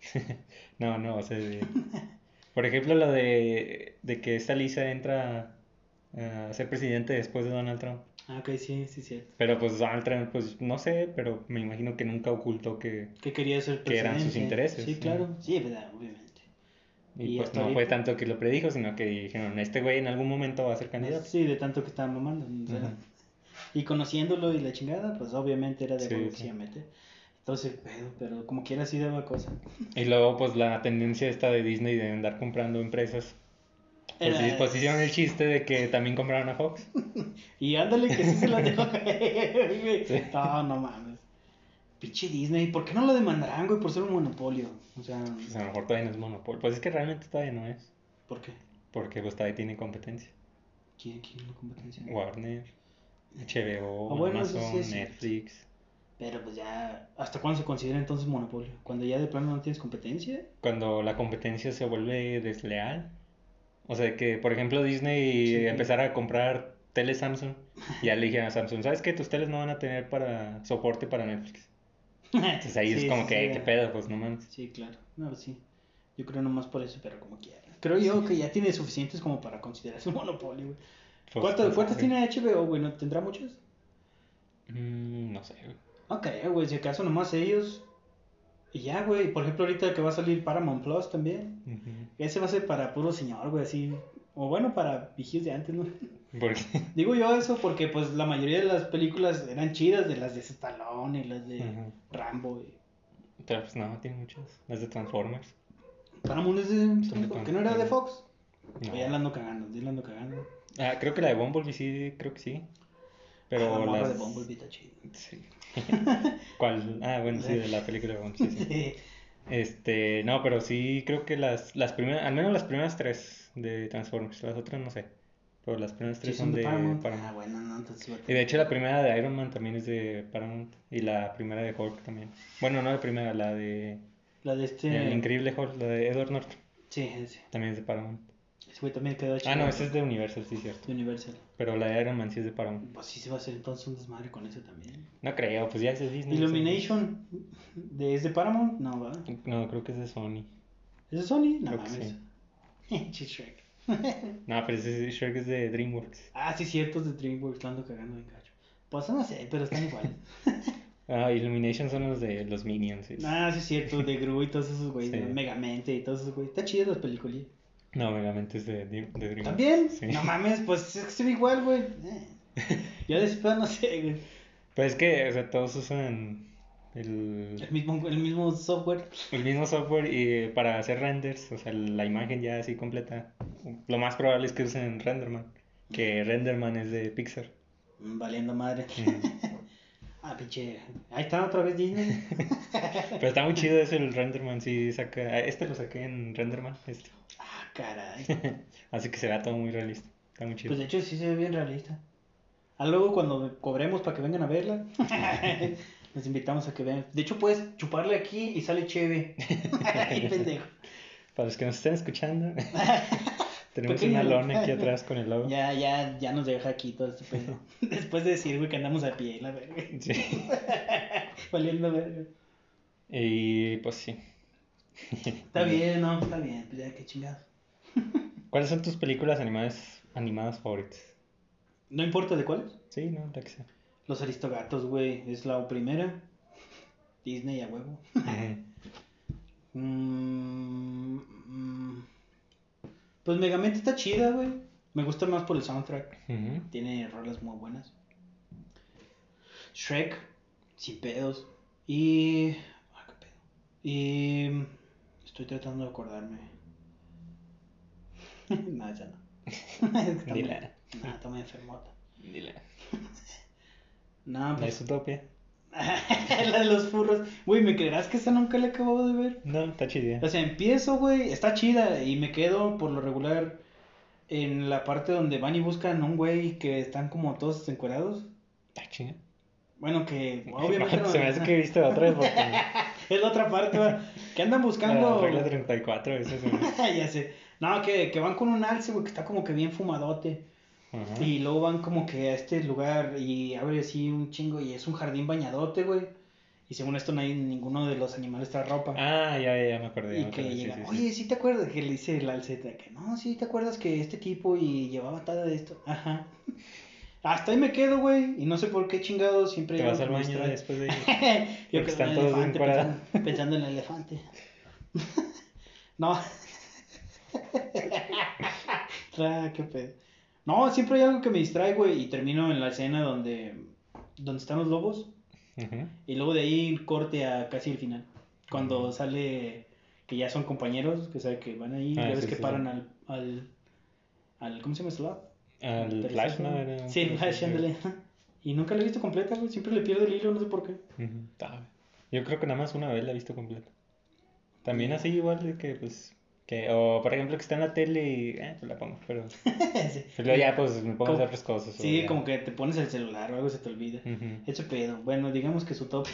No, no, o sea, de, por ejemplo, lo de, de que esta Lisa entra a ser presidente después de Donald Trump. Ah, ok, sí, sí, cierto. Pero pues Donald Trump, pues no sé, pero me imagino que nunca ocultó que, Que quería ser que eran sus presidente. intereses. Sí, ¿sí? claro. Sí, verdad, obviamente. Y Y pues hasta no fue ahorita. tanto que lo predijo, sino que dijeron, este güey en algún momento va a ser No, candidato. sí, de tanto que estaba mamando. O sea, Ajá. y conociéndolo y la chingada, pues obviamente era de Sí, huevo que sí. se iba a meter. Entonces, pedo, pero como quiera sí daba cosa. Y luego pues la tendencia esta de Disney de andar comprando empresas. Pues, sí, Era... pues hicieron el chiste de que también compraron a Fox. Y ándale que sí se las dejó caer, güey. Sí. No, no mames. Pinche Disney, ¿por qué no lo demandarán, güey, por ser un monopolio? O sea, Pues a lo mejor todavía no es monopolio. Pues es que realmente todavía no es. ¿por qué? Porque pues todavía tiene competencia. ¿Quién, quién es la competencia? Warner, H B Ah, O, bueno, eso sí Amazon, es cierto. Netflix. Pero pues ya, ¿hasta cuándo se considera entonces monopolio? ¿Cuando ya de plano no tienes competencia? Cuando la competencia se vuelve desleal. O sea que, por ejemplo, Disney Sí. empezara a comprar teles Samsung y ya le dijeron a Samsung, ¿sabes qué? Tus teles no van a tener para soporte para Netflix. Entonces ahí es Sí, como sí, que, sí, ¿qué ya. pedo? Pues no mames. Sí, claro. No, sí. Yo creo nomás por eso, pero como quiera. Creo yo que ya tiene suficientes como para considerarse un monopolio, güey. Pues, ¿Cuántas, quién ¿Cuántas sabe. tiene H B O, güey? ¿No tendrá muchas? Mm, no sé, güey. No creo, güey. Si acaso nomás ellos. Y ya, güey. Por ejemplo, ahorita que va a salir Paramount Plus también. Ujú. Ese va a ser para puro señor, güey, así. O bueno, para viejillos de antes, ¿no? Porque Digo yo eso porque, pues, la mayoría de las películas eran chidas, de las de Stallone y las de Ujú. Rambo. Y... Pero pues no, tiene muchas. Las de Transformers. Paramount es de. de ¿Por qué no era de Fox? No. O ya la ando cagando, ya la ando cagando. Ah, creo que la de Bumblebee sí, creo que sí. Pero Ah, la morra las... de Bumblebee está chida. Sí. ¿Cuál? Ah, bueno, sí, de la película de Bumblebee, sí, sí. Sí. Este, no, pero sí creo que las, las primeras, al menos las primeras tres de Transformers, las otras no sé. Pero las primeras Sí, tres son son de de Paramount. Paramount. Ah, bueno, no, entonces. va a Y de tener- hecho la primera de Iron Man también es de Paramount. Y la primera de Hulk también. Bueno, no la primera, la de La de este. El Increíble Hulk, la de Edward Norton. Sí, ese. También es de Paramount. Ese güey también quedó chido. Ah, no, ese es de Universal, sí, cierto. De Universal. Pero la de Iron Man sí es de Paramount. Pues sí se va a hacer entonces un desmadre con ese también. No creo, pues ya ese es Disney. Illumination. ¿De, ¿Es de Paramount? No, va. ese- No, creo que es de Sony. ¿Es de Sony? No Creo que mames. sí. Pinche Shrek. No, pero ese es- Shrek es de DreamWorks. Ah, sí, cierto, es de DreamWorks, lo ando cagando en cacho. Pues no sé, pero están iguales. Ah, Illumination son los de los Minions. sí. Ah, sí, es cierto, de Gru y todos esos güeyes, Sí. ¿no? Megamente y todos esos güeyes. Está chido las películas. No, Megamente es de, de, de DreamWorks. ¿También? Sí. No mames, pues es que se ve igual, güey. Eh. Yo de ese pedo no sé, güey. Pues es que, o sea, todos usan el, El mismo, el mismo software. el mismo software y para hacer renders, o sea, la imagen ya así completa. Lo más probable es que usen Renderman, que Renderman es de Pixar. Mm, Valiendo madre. Mm. Ah, pinche. Ahí está otra vez Disney. Pero está muy chido ese el Renderman, sí saca. Este lo saqué en Renderman, este. Ah, caray. Así que se vea todo muy realista. Está muy chido. Pues de hecho sí se ve bien realista. Ah, luego cuando cobremos para que vengan a verla, los invitamos a que vean. De hecho puedes chuparle aquí y sale chévere. Ay, pendejo. Para los que nos estén escuchando, tenemos Pequeño. una lona aquí atrás con el logo. Ya, ya, ya nos deja aquí todo este pedo. Después de decir, güey, que andamos a pie, la verga. Sí. Valiendo verga. Y pues sí. Está bien, no, está bien, pues ya, qué chingados. ¿Cuáles son tus películas animadas, animadas favoritas? No importa de cuáles. Sí, no, la que sea. Los Aristogatos, güey, es la primera. Disney a huevo. Ujú. Mm, mm. Pues Megamente está chida, güey. Me gusta más por el soundtrack. Ujú. Tiene rolas muy buenas. Shrek, sin pedos. Y. Ah, qué pedo. Y. Estoy tratando de acordarme. No, esa no. Es que está muy- Dila. No, está muy enfermota. Dile. No, ¿La de pues. Zootopia? La de los furros. Güey, ¿me creerás que esa nunca la he acabado de ver? No, está chida. O sea, empiezo, güey, está chida y me quedo por lo regular en la parte donde van y buscan un güey que están como todos encuerados. Está chida. Bueno, que obviamente no. Se me hace que viste otra porque Es la otra parte, güey. Que andan buscando. la regla treinta y cuatro, eso se me hace. Ya sé. No, que, que van con un alce, güey, que está como que bien fumadote. Ajá. Y luego van como que a este lugar y abre así un chingo y es un jardín bañadote, güey. Y según esto no hay ninguno de los animales trae ropa. Ah, ya, ya, ya me acordé. ya Y me que acordé, sí, llega, sí, sí. oye, ¿sí te acuerdas? Que le dice el alceta, que no, sí, ¿te acuerdas que este tipo y llevaba atada de esto? Ajá. Hasta ahí me quedo, güey, y no sé por qué chingado siempre... Te hay vas algo al que me baño distrae. después de... Yo porque que están el todos elefante, encuerados. pensando, pensando en el elefante. No. Ah, qué pedo. No, siempre hay algo que me distrae, güey, y termino en la escena donde, donde están los lobos. Ujú. Y luego de ahí corte a casi el final. Cuando Mm. sale que ya son compañeros, que sabe que van ahí, Ah, ya ves sí, que sí, paran sí. al, al, al, ¿cómo se llama este lado? Al Flash, ¿no? Era un Sí, pedazo Flash, de- ándale. Y nunca la he visto completa, güey, siempre le pierdo el hilo, no sé por qué. Ujú. Ah, yo creo que nada más una vez la he visto completa. También así igual de que pues... Que, o por ejemplo que está en la tele y... Eh, pues la pongo, pero... Sí. Pero luego ya pues me pongo a Como- hacer otras cosas. o Sí, ya. como que te pones el celular o algo se te olvida. Ujú. Ese pedo. Bueno, digamos que su top.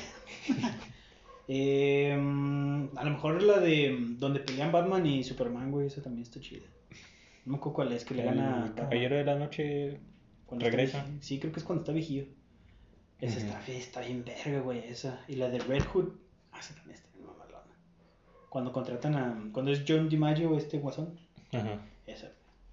eh, a lo mejor la de donde pelean Batman y Superman, güey, esa también está chida. No me acuerdo cuál es, que le gana a El Batman Caballero de la Noche cuando está regresa. vigío. Sí, creo que es cuando está vigío. Esa Ujú. está, está bien verga, güey, esa. Y la de Red Hood, ah, esa también está bien mamalona. Cuando contratan a... Cuando es John DiMaggio, este guasón. Ajá. Esa.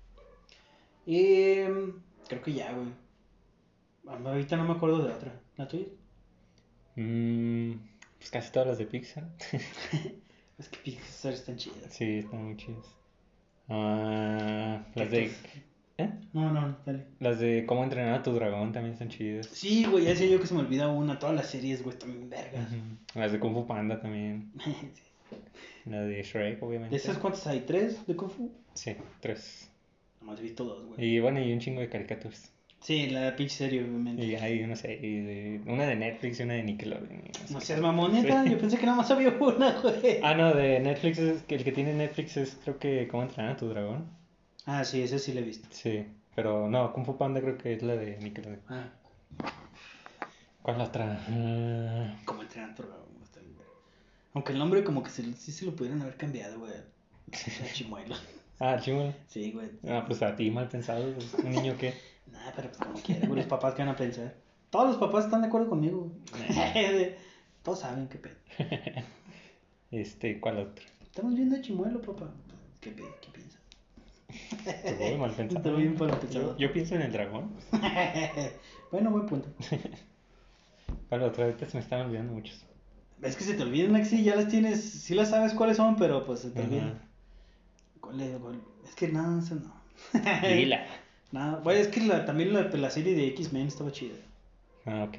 Y creo que ya, güey. Ahorita no me acuerdo de otra. ¿La tuya? Mm, pues casi todas las de Pixar. Es que Pixar están chidas. Sí, están muy chidas. Ah, las de... ¿Eh? No, no, dale. Las de Cómo entrenar a tu dragón también están chidas. Sí, güey, ya sé yo que se me olvida una. Todas las series, güey, están bien vergas. Ujú. Las de Kung Fu Panda también. Sí. La de Shrek, obviamente. ¿De esas cuántas hay? ¿Tres de Kung Fu? Sí, tres. Nomás he visto dos, güey. Y bueno, y un chingo de caricaturas. Sí, la pinche serie, obviamente. Y hay una serie de... Una de Netflix y una de Nickelodeon. y no sé No qué. seas mamoneta, Sí. yo pensé que nada más había una, güey. Ah, no, de Netflix es... que el que tiene Netflix es creo que Cómo entrenar a tu dragón. Ah, sí, esa sí la he visto. Sí, pero no, Kung Fu Panda creo que es la de Nickelodeon. Ah, ¿Cuál es la otra? Ah, como entrenar a tu dragón, güey, está bien verga. Aunque el nombre como que se, sí se lo pudieron haber cambiado, güey. A Chimuelo. Ah, Chimuelo. Sí, güey. Ah, pues a ti mal pensado, pues, un niño que... Nah, pero pues como quiera, güey, los papás que van a pensar. Todos los papás están de acuerdo conmigo, güey. Todos saben qué pedo. Este, ¿cuál otro? Estamos viendo a Chimuelo, papá. ¿Qué pedo? ¿Qué piensas? Estuvo mal pensado. Estuvo bien mal pensado. Yo, yo pienso en el dragón. Bueno, buen punto. ¿Cuál otro? Ahorita se me están olvidando muchos. Es que se te olvidan, Maxi, ya las tienes, sí las sabes cuáles son, pero pues se te Ajá. olvidan. ¿Cuál es? ¿Cuál? Es que nada, eso no. Dila. Nada, bueno, es que la, también la, la serie de X-Men estaba chida. Ah, ok.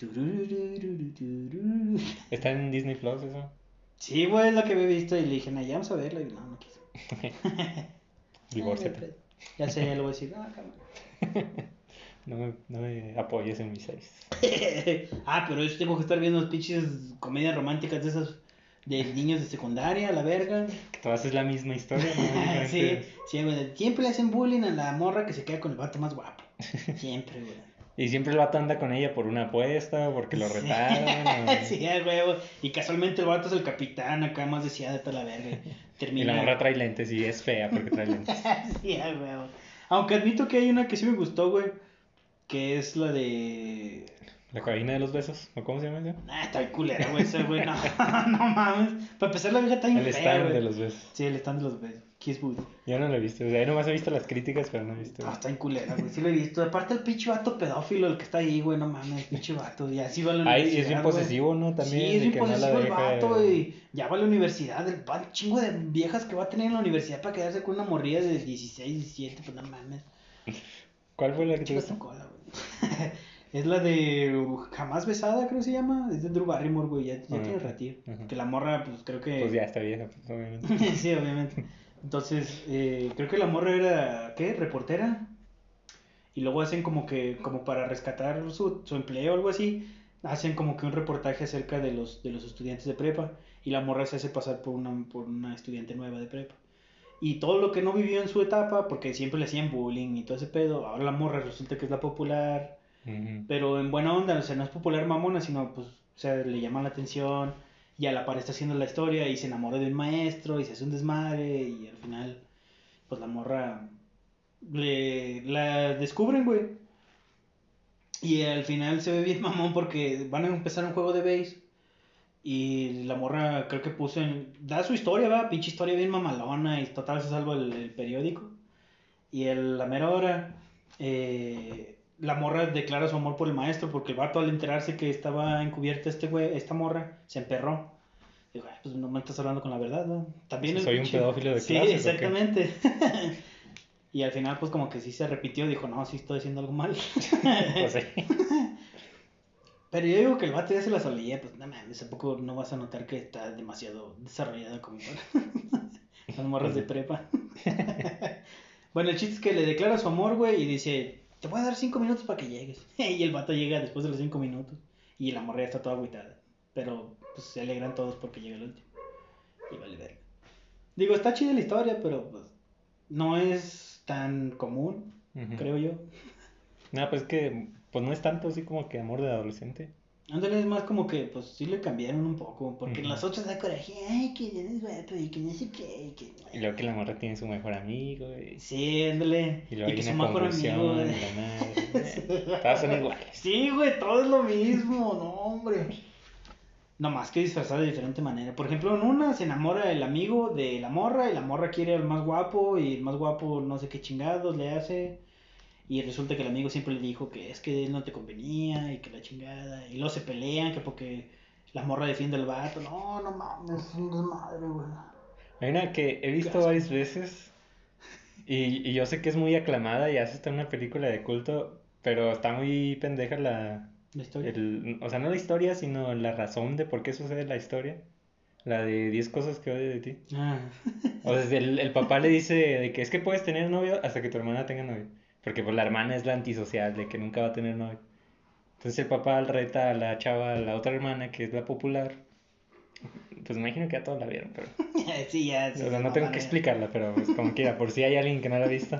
¿Está en Disney Plus eso? Sí, güey, es la que había visto y le dije, nah, ya vamos a verla. Y no, no quiso. Divórciate. Ya sé, ya lo voy a decir. Ah, cámara. No me, no me apoyes en mis series. Ah, pero yo tengo que estar viendo pinches comedias románticas de esas de niños de secundaria, la verga. Que todas es la misma historia, ¿no? Sí, sí, güey. Siempre le hacen bullying a la morra que se queda con el vato más guapo. Siempre, güey. Y siempre el vato anda con ella por una apuesta, o porque lo Sí. retaron. O... Sí, a huevo. Y casualmente el vato es el capitán, acá más deseada de toda la verga. Y Termina. la morra trae lentes y es fea porque trae lentes. Sí, a huevo. Aunque admito que hay una que sí me gustó, güey. Que es la de. La cabina de los besos, ¿o cómo se llama eso? Ah, está bien culera, güey, esa, güey. No, no mames. Para empezar, la vieja está bien El fea, stand güey. de los besos. Sí, el stand de los besos. Kiss Booty. Yo no lo he visto, o sea, yo nomás he visto las críticas, pero no he visto. No, está en culera, güey. Sí lo he visto. Aparte el pinche vato pedófilo, el que está ahí, güey. No mames, pinche vato. Y así va a la Ay, universidad. es bien güey. posesivo, ¿no? También. Sí, es de bien que no la posesivo el deja- vato, güey. Ya va a la universidad. El va- chingo de viejas que va a tener en la universidad para quedarse con una morrilla de dieciséis, diecisiete. Pues no mames. ¿Cuál fue la que te Chica gustó? su cola, güey. Es la de uh, Jamás Besada, creo que se llama. Es de Drew Barrymore, güey. Ya, ya Ah, tiene ok. ratillo. Ajá. Que la morra, pues creo que. Pues ya está vieja, pues obviamente. Sí, obviamente. Entonces, eh, creo que la morra era, ¿qué? Reportera. Y luego hacen como que, como para rescatar su, su empleo o algo así, hacen como que un reportaje acerca de los, de los estudiantes de prepa. Y la morra se hace pasar por una, por una estudiante nueva de prepa. Y todo lo que no vivió en su etapa, porque siempre le hacían bullying y todo ese pedo, ahora la morra resulta que es la popular, Ujú. pero en buena onda, o sea, no es popular mamona, sino pues, o sea, le llama la atención y a la par está haciendo la historia y se enamora de un maestro y se hace un desmadre y al final, pues la morra le la descubren, güey. Y al final se ve bien mamón porque van a empezar un juego de base y la morra creo que puso en... Da su historia, va, pinche historia bien mamalona y total se salva el, el periódico. Y el, la mera hora, eh, la morra declara su amor por el maestro porque el vato al enterarse que estaba encubierta este güey, esta morra, se emperró. Digo, "Ay, pues no me estás hablando con la verdad, ¿no?" También O el sea, soy un pinche- pedófilo de Sí, clases, ¿o qué? exactamente. Y al final pues como que sí se repitió, dijo, no, sí estoy haciendo algo mal. Pues sí. Pero yo digo que el vato ya se la solía, pues no mames, tampoco no vas a notar que está demasiado desarrollada como para las morras de prepa. Bueno, el chiste es que le declara su amor, güey, y dice, te voy a dar cinco minutos para que llegues. Y el vato llega después de los cinco minutos. Y la morra ya está toda agüitada. Pero pues se alegran todos porque llega el último. Y vale verga. Digo, está chida la historia, pero pues no es tan común, Ujú. creo yo. No, pues es que pues no es tanto así como que amor de adolescente. Ándale, es más como que, pues sí le cambiaron un poco, porque en Ujú. las otras da coraje, ay, que ya no es guapo y que no sé qué, y que... Y luego que la morra tiene su mejor amigo. Y, Sí, ándale, y luego y que hay su una mejor amigo, confusión güey. y la madre. Eh, todas son iguales. Sí, güey, todo es lo mismo, no, hombre. Nomás que disfrazado de diferente manera. Por ejemplo, en una se enamora el amigo de la morra y la morra quiere al más guapo y el más guapo no sé qué chingados le hace. Y resulta que el amigo siempre le dijo que es que él no te convenía y que la chingada. Y luego se pelean que porque la morra defiende al vato. No, no mames, es un desmadre, güey. Hay una que he visto asco. varias veces y, y yo sé que es muy aclamada y hace hasta una película de culto, pero está muy pendeja la... La historia. El, o sea, no la historia, sino la razón de por qué sucede la historia. La de diez cosas que odio de ti. Ah, O sea, el, el papá le dice de que es que puedes tener novio hasta que tu hermana tenga novio. Porque pues la hermana es la antisocial, de que nunca va a tener novio. Entonces el papá reta a la chava, a la otra hermana, que es la popular. Pues me imagino que ya todos la vieron, pero... sí, ya. O Sí, sea, sí, no tengo mamá, que ya. explicarla, pero pues como quiera, por si hay alguien que no la ha visto.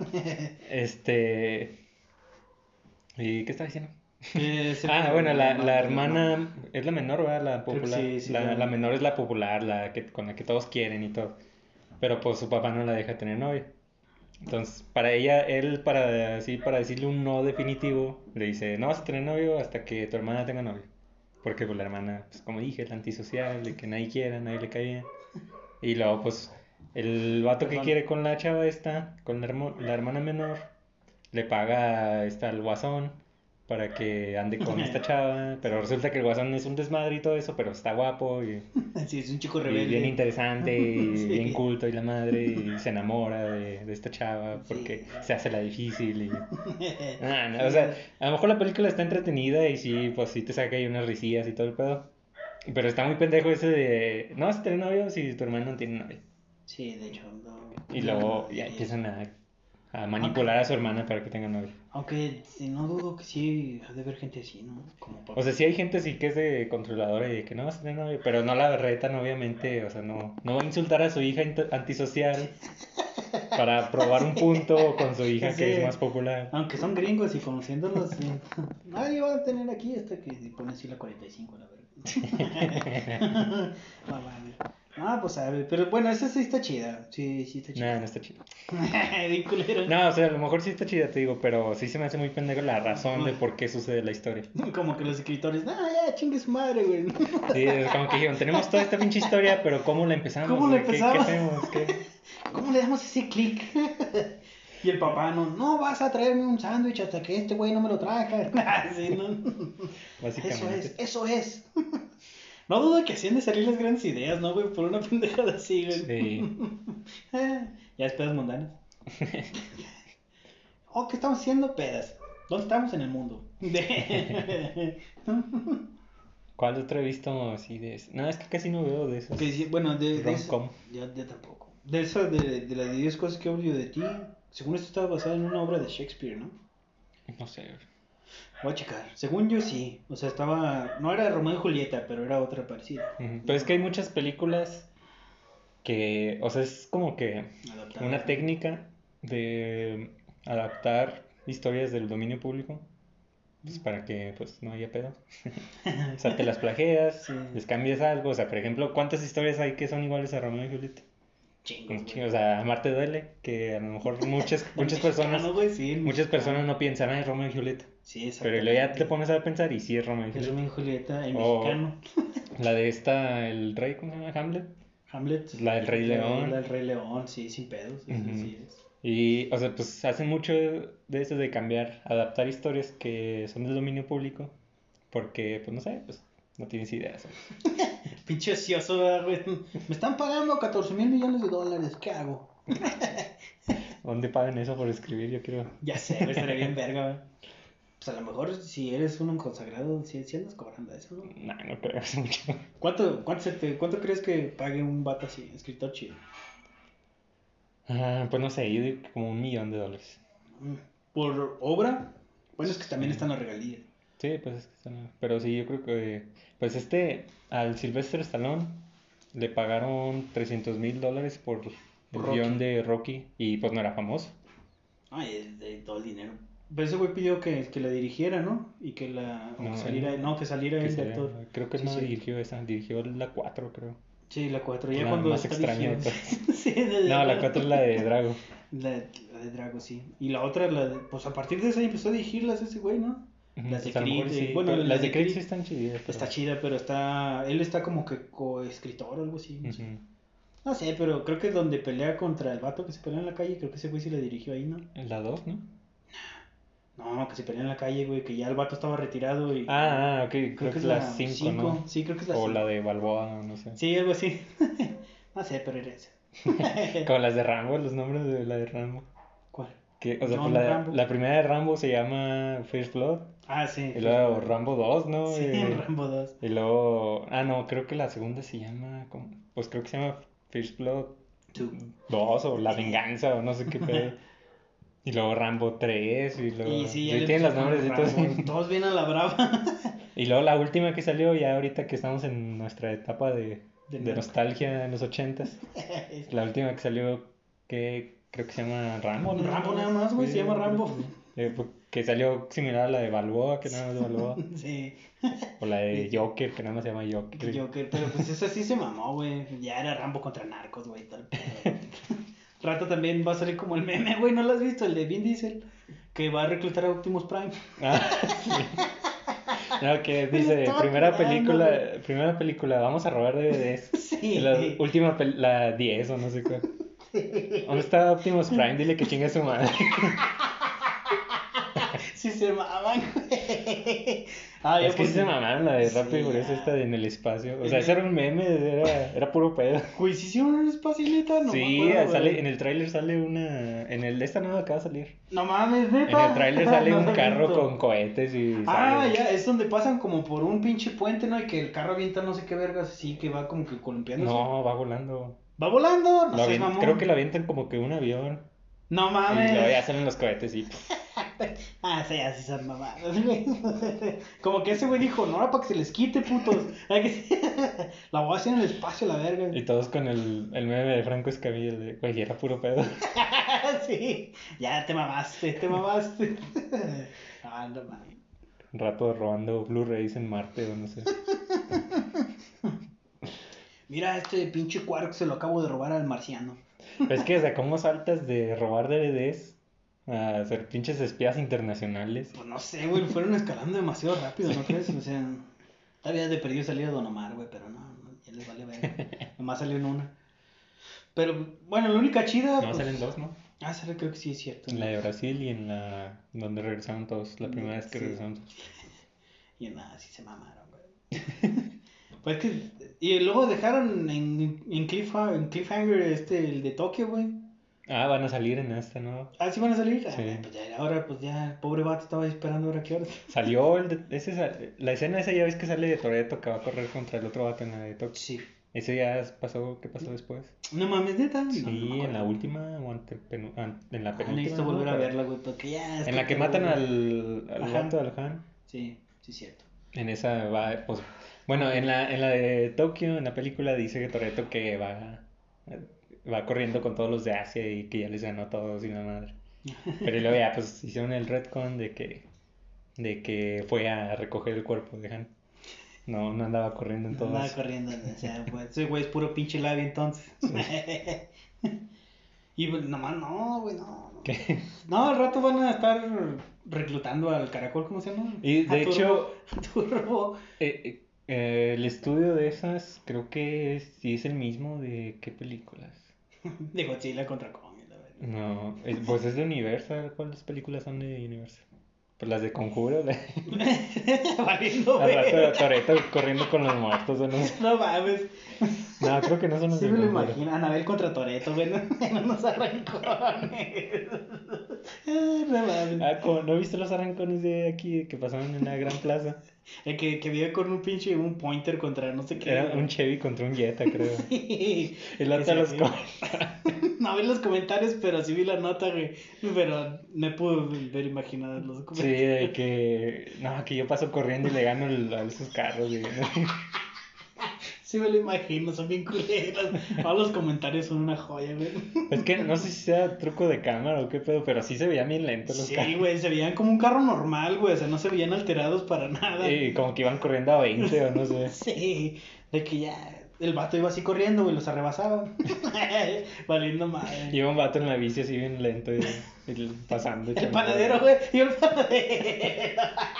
Este... ¿Y qué estaba diciendo? Que es el Ah, bueno, la, problema la de hermana es la menor, ¿verdad? La Creo que popular. sí, sí, la, la- la menor es la popular, la que, con la que todos quieren y todo. Pero pues su papá no la deja tener novio. Entonces, para ella, él, para así, para decirle un no definitivo, le dice, no vas a tener novio hasta que tu hermana tenga novio. Porque pues la hermana, pues como dije, es la antisocial, de que nadie quiera, nadie le cae bien. Y luego, pues, el vato que Perdón. quiere con la chava esta, con la, hermo- la hermana menor, le paga esta, al guasón para que ande con esta chava. Pero resulta que el guasón es un desmadre y todo eso, pero está guapo y, Sí, es un chico y rebelde. bien interesante y Sí. bien culto y la madre y se enamora de, de esta chava porque Sí. se hace la difícil y... Ah, no, o sea, a lo mejor la película está entretenida y sí, pues sí te saca ahí unas risillas y todo el pedo. Pero está muy pendejo ese de, no vas a tener novio si tu hermano no tiene novio. Sí, de hecho, no. Y no, luego no ya diría empiezan eso. a, a manipular a su hermana para que tenga novio. Aunque sí, no dudo que sí ha de haber gente así, ¿no? Como O sea, sí hay gente así que es de controladora y de que no vas a tener novio, pero no la retan, obviamente. O sea, no, no va a insultar a su hija int- antisocial para probar un punto con su hija Sí. que es más popular. Aunque son gringos y conociéndolos, sí. Nadie va a tener aquí hasta que pone así la cuarenta y cinco, la verdad. No, vale. Ah, pues sabe. Pero bueno, esa sí está chida. Sí, sí está chida. No, no está chido. Bien culero. No, o sea, a lo mejor sí está chida, te digo, pero sí se me hace muy pendejo la razón de por qué sucede la historia. Como que los escritores, ah, ya, chingue su madre, güey. Sí, es como que dijeron, tenemos toda esta pinche historia, pero ¿cómo la empezamos? ¿Cómo la güey? ¿Qué, ¿Qué empezamos? hacemos? ¿Qué? ¿Cómo le damos ese clic? Y el papá no, no vas a traerme un sándwich hasta que este güey no me lo traje. Así, ¿no? Básicamente. Eso es, eso es. No dudo que así han de salir las grandes ideas, ¿no, güey? Por una pendejada así, güey. Sí. Ya es pedas mundanas. Oh, ¿qué estamos haciendo? Pedas. ¿Dónde estamos en el mundo? ¿Cuál otro he visto así de eso? No, es que casi no veo de esos. Que sí, bueno, de, de esa, Rom-com. ya, ya tampoco. De esa, de, de la de diez cosas que odio de ti, según esto estaba basada en una obra de Shakespeare, ¿no? No sé. Voy a checar. Según yo sí. O sea, estaba, no era Romeo y Julieta, pero era otra parecida. Ujú. Pero es que hay muchas películas que, o sea, es como que Adaptada. una técnica de adaptar historias del dominio público, pues para que pues no haya pedo. O sea, te las plagias, Sí. les cambias algo. O sea, por ejemplo, ¿cuántas historias hay que son iguales a Romeo y Julieta? Chingos, Un güey. chingo. O sea, Amarte duele, que a lo mejor muchas, muchas personas, Mexicano, güey, sí, el muchas mexicano. personas no piensan, ah, es Romeo y Julieta. Sí, Pero luego ya te exactamente. pones a pensar y sí es Romeo y Es Julieta. Romeo y Julieta, el O mexicano. la de esta, el rey, ¿cómo se llama? Hamlet. Hamlet. La del Rey León. La del Rey León, sí, sin pedos. Sí, Ujú. sí es. Y, o sea, pues hacen mucho de eso de cambiar, adaptar historias que son del dominio público, porque, pues no sé, pues no tienes idea, ¿sabes? Pinche ocioso, ¿verdad, güey? Me están pagando catorce mil millones de dólares. ¿Qué hago? ¿Dónde pagan eso por escribir? Yo quiero... Ya sé, güey, estaría bien verga, güey. Pues a lo mejor si eres un consagrado, si, si andas cobrando eso, ¿no? Nah, no creo, es mucho. ¿Cuánto, cuánto, se te- cuánto crees que pague un vato así, escritor chido? Ah, pues no sé, yo digo que como un millón de dólares. Mm, ¿por obra? Bueno, es que también Sí. están las regalías. Sí, pues es que están... Pero sí, yo creo que... Pues este, al Sylvester Stallone le pagaron trescientos mil dólares por el Rocky. guión de Rocky y pues no era famoso. Ay, es de todo el dinero. Pero ese güey pidió que, que la dirigiera, ¿no? Y que la... o No, que saliera, él- no, que saliera Que el de sería- actor. creo que Sí, no sí. dirigió esa, dirigió la cuatro, creo. Sí, la cuatro. Ya La cuando más está extraña de dirigiendo- sí, de- No, la cuatro es la de Drago. La, la de Drago, sí. Y la otra, la de... Pues a partir de esa empezó a dirigirlas ese güey, ¿no? Ujú, Las de pues a lo mejor Creed, sí, eh, bueno, pero las las de de Creed Creed sí están chidas. pero- Está chida, pero está... Él está como que coescritor o algo así. No sé. Ujú. No sé, pero creo que donde pelea contra el vato que se pelea en la calle, creo que ese güey sí la dirigió ahí, ¿no? La dos, ¿no? No, que se pelea en la calle, güey, que ya el vato estaba retirado y... Ah, ah, ok, creo, que es la cinco, cinco. ¿no? Sí, creo que es la O cinco. la de Balboa, no sé. Sí, algo así. No sé, pero era esa. Como las de Rambo, los nombres de la de Rambo. ¿Cuál? Que, o sea, John pues la, Rambo. la primera de Rambo se llama First Blood. Ah, sí. Y luego Rambo dos, ¿no? Sí, Eh, Rambo dos. Y luego... Ah, no, creo que la segunda se llama... ¿cómo? Pues creo que se llama First Blood Two. dos o La Venganza o no sé qué pedo. Y luego Rambo tres y luego... Y sí, ya sí, le tienen los pusieron nombres y todo. Rambo. Todos vienen a la brava. Y luego la última que salió, ya ahorita que estamos en nuestra etapa de, De de narco. nostalgia en los ochentas. La última que salió, que creo que se llama Rambo, ¿no? Rambo nada más, güey, se llama creo Rambo. que sí. Eh, pues, que salió similar a la de Balboa, que nada más de Balboa. Sí. O la de Joker, que nada más se llama Joker. Joker, pero pues esa sí se mamó, güey. Ya era Rambo contra narcos, güey. Todo el pedo. Rato también va a salir como el meme, güey. ¿No lo has visto? El de Vin Diesel. Que va a reclutar a Optimus Prime. Ah, sí. No, que dice, estaba primera acordando, película, güey. primera película, vamos a robar D V Ds. Sí. Y la última, pel- la diez o no sé cuál. ¿Dónde está Optimus Prime? Dile que chingue a su madre. Sí se maman, güey. Ah, ya Es que sí porque- se mamaron la de Sí, Rápido y Furioso ya. esta de en el espacio. O En sea, el- ese era un meme, era, era puro pedo. Güey, ¿sí hicieron un espacio neta? No me Sí, acuerdo, sale, güey. en el tráiler sale una... En el de esta nueva acaba de salir. No mames, En neta. el tráiler sale No un lo he carro visto. con cohetes y Ah, sale... ya, es donde pasan como por un pinche puente, ¿no? Y que el carro avienta no sé qué vergas, así que va como que columpiándose. No, va volando. ¿Va volando? No Lo sé, avien- mamón. Creo que lo avientan como que un avión. No Y luego ya mames. salen los cohetes y... Ah, sí, así son mamadas, güey. Como que ese güey dijo, no era para que se les quite, putos. La voy a hacer en el espacio, la verga. Y todos con el, el meme de Franco Escamilla, de, güey, era puro pedo. Sí, ya te mamaste, te mamaste. Ah, no mames. Un rato robando Blu-rays en Marte o no sé. Mira, este pinche Quark se lo acabo de robar al marciano. Pero es que, o sea, ¿cómo saltas de robar D V Ds a ser pinches espías internacionales? Pues no sé, güey, fueron escalando demasiado rápido, ¿no crees? O sea, todavía de perdido salir a Don Omar, güey, pero no, no, ya les vale ver. Nomás salió en una. Pero, bueno, la única chida. No, pues... salen dos, ¿no? Ah, sale, creo que sí es cierto. En la de Brasil y en la donde regresaron todos, la primera vez que Sí. regresaron todos. Y en nada, sí se mamaron, güey. Pues que. Y luego dejaron en, en, cliffhanger, en Cliffhanger este, el de Tokio, güey. Ah, van a salir en esta, ¿no? Ah, ¿sí van a salir? Sí. Ah, pues ya, ahora, pues ya, el pobre vato estaba esperando ahora qué hora. Salió el de, ese, sa- la escena esa, ya ves que sale de Toretto que va a correr contra el otro vato en la de Tokio. Sí. Ese ya pasó, ¿qué pasó después? No mames, neta. No, Sí, no me en la acuerdo. última o ante- penu- an- en la Ah, penúltima. necesito ¿no? volver a Pero- verla, güey, porque ya. es En la que te matan aburre. al, al Ajá. vato, al Han. Sí, sí, cierto. En esa va, pues, bueno, en la, en la de Tokio, en la película dice que Toretto que va, va corriendo con todos los de Asia y que ya les ganó a todos y la madre. Pero luego ya, pues, hicieron el retcon de que, de que fue a recoger el cuerpo de Han. No, no andaba corriendo en No todo andaba eso. corriendo, o sea, pues, ese güey es puro pinche labio entonces. Y pues, nomás no, güey, no. no. ¿Qué? No, al rato van a estar reclutando al caracol, ¿cómo se llama? Y de A Turbo- hecho, a Turbo. eh, eh, eh, el estudio de esas creo que es, sí es el mismo de qué películas. De Godzilla contra Kong, la verdad. No, es- pues es de Universal. ¿Cuáles películas son de Universal? Pues las de Conjuro. La... Valiendo, Al güey. rato Toretto corriendo con los muertos. ¿O no? No mames. No, creo que no son los Sí de me lo Conjuro. imagino. Anabel contra Toretto, güey. En unos arrancones. Ah, no mames. Ah, como- ¿no viste los arrancones de aquí que pasaron en la gran plaza? El que, que vive con un pinche, un pointer contra no sé qué. Era güey. un Chevy contra un Jetta, creo. Sí. El otro Ese los sí. co- No vi los comentarios, pero sí vi la nota, güey. Pero me pude ver imaginados los Sí, comentarios. de que. No, que yo paso corriendo y le gano el- a esos carros. Y... Sí me lo imagino, son bien culeros. Todos los comentarios son una joya, güey. Es que no sé si sea truco de cámara o qué pedo, pero sí se veían bien lentos los Sí, carros. güey, se veían como un carro normal, güey. O sea, no se veían alterados para nada. Y como que iban corriendo a veinte o no sé. Sí, de que ya el vato iba así corriendo, güey, los arrebasaba. Valiendo madre. Iba un vato en la bici así bien lento y, y pasando. El echando- panadero, güey. Y el panadero.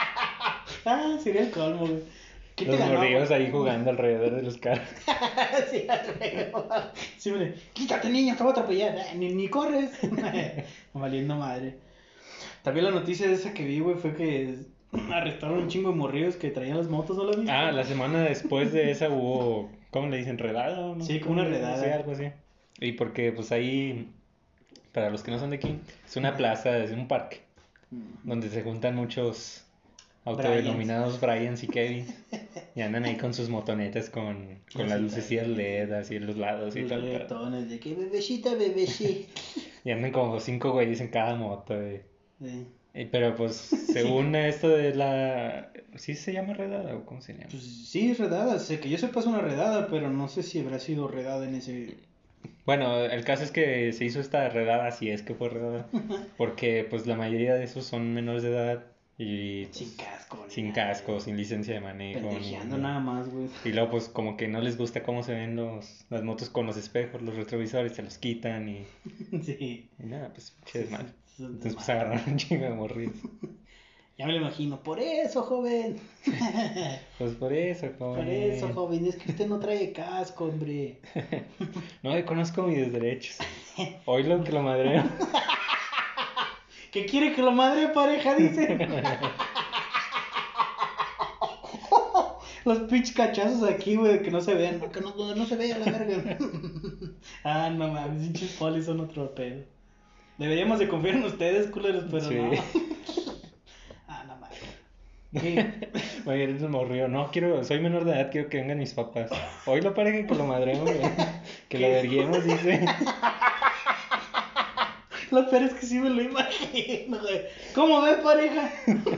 Ah, sería el colmo, güey. ¿Qué Los ganó, morrillos güey? ahí jugando alrededor de los carros. Sí, alrededor. Sí, güey. Quítate, niño, te voy a atropellar. Eh, Ni, ni corres. Valiendo madre. También la noticia de esa que vi, güey, fue que arrestaron un chingo de morrillos que traían las motos, ¿no la viste? Ah, la semana después de esa hubo, ¿cómo le dicen? ¿Redada o no? Sí, como una ¿Cómo le- redada. Sí, algo así. Y porque pues ahí, para los que no son de aquí, es una plaza, es un parque, donde se juntan muchos autodenominados Bryans y Kevins. Y andan ahí con sus motonetas con, con las lucecillas L E D así en los lados y Los tal. tal. reggaetones de que bebecita, bebecita. Y andan como cinco güeyes en cada moto. Y, Sí. y- pero pues según esto de la... ¿Sí se llama redada o cómo se llama? Pues sí, es redada. Sé que yo sepa es una redada, pero no sé si habrá sido redada en ese. Bueno, el caso es que se hizo esta redada, si es que fue redada, porque pues la mayoría de esos son menores de edad y pues, Sin casco, ni sin nada, casco, güey. sin licencia de manejo. ni- Pendejeando ni- nada más, güey. Y luego pues como que no les gusta cómo se ven los, las motos con los espejos, los retrovisores, se los quitan y, Sí. y nada, pues che mal. Es un Entonces pues desmadre. agarraron un chingo de morridos. Ya me lo imagino. Por eso, joven. Pues por eso, Por joven. eso, joven. Es que usted no trae casco, hombre. No, yo conozco mis derechos. Hoy lo que lo madreo. ¿Qué quiere que lo madre pareja? Dice. Los pinches cachazos aquí, güey, que no se vean. Que no, donde no se vea la verga. Ah, no mames, pinches polis son otro pedo. Deberíamos de confiar en ustedes, culeros, pero Sí. no. Ah, no mames. ¿Qué? Oye, eres un morrido. No, quiero, soy menor de edad, quiero que vengan mis papás. Hoy lo pareja que lo madremos, güey. Que lo verguemos, dice. Lo peor es que sí me lo imagino, güey. ¿Cómo ves, pareja?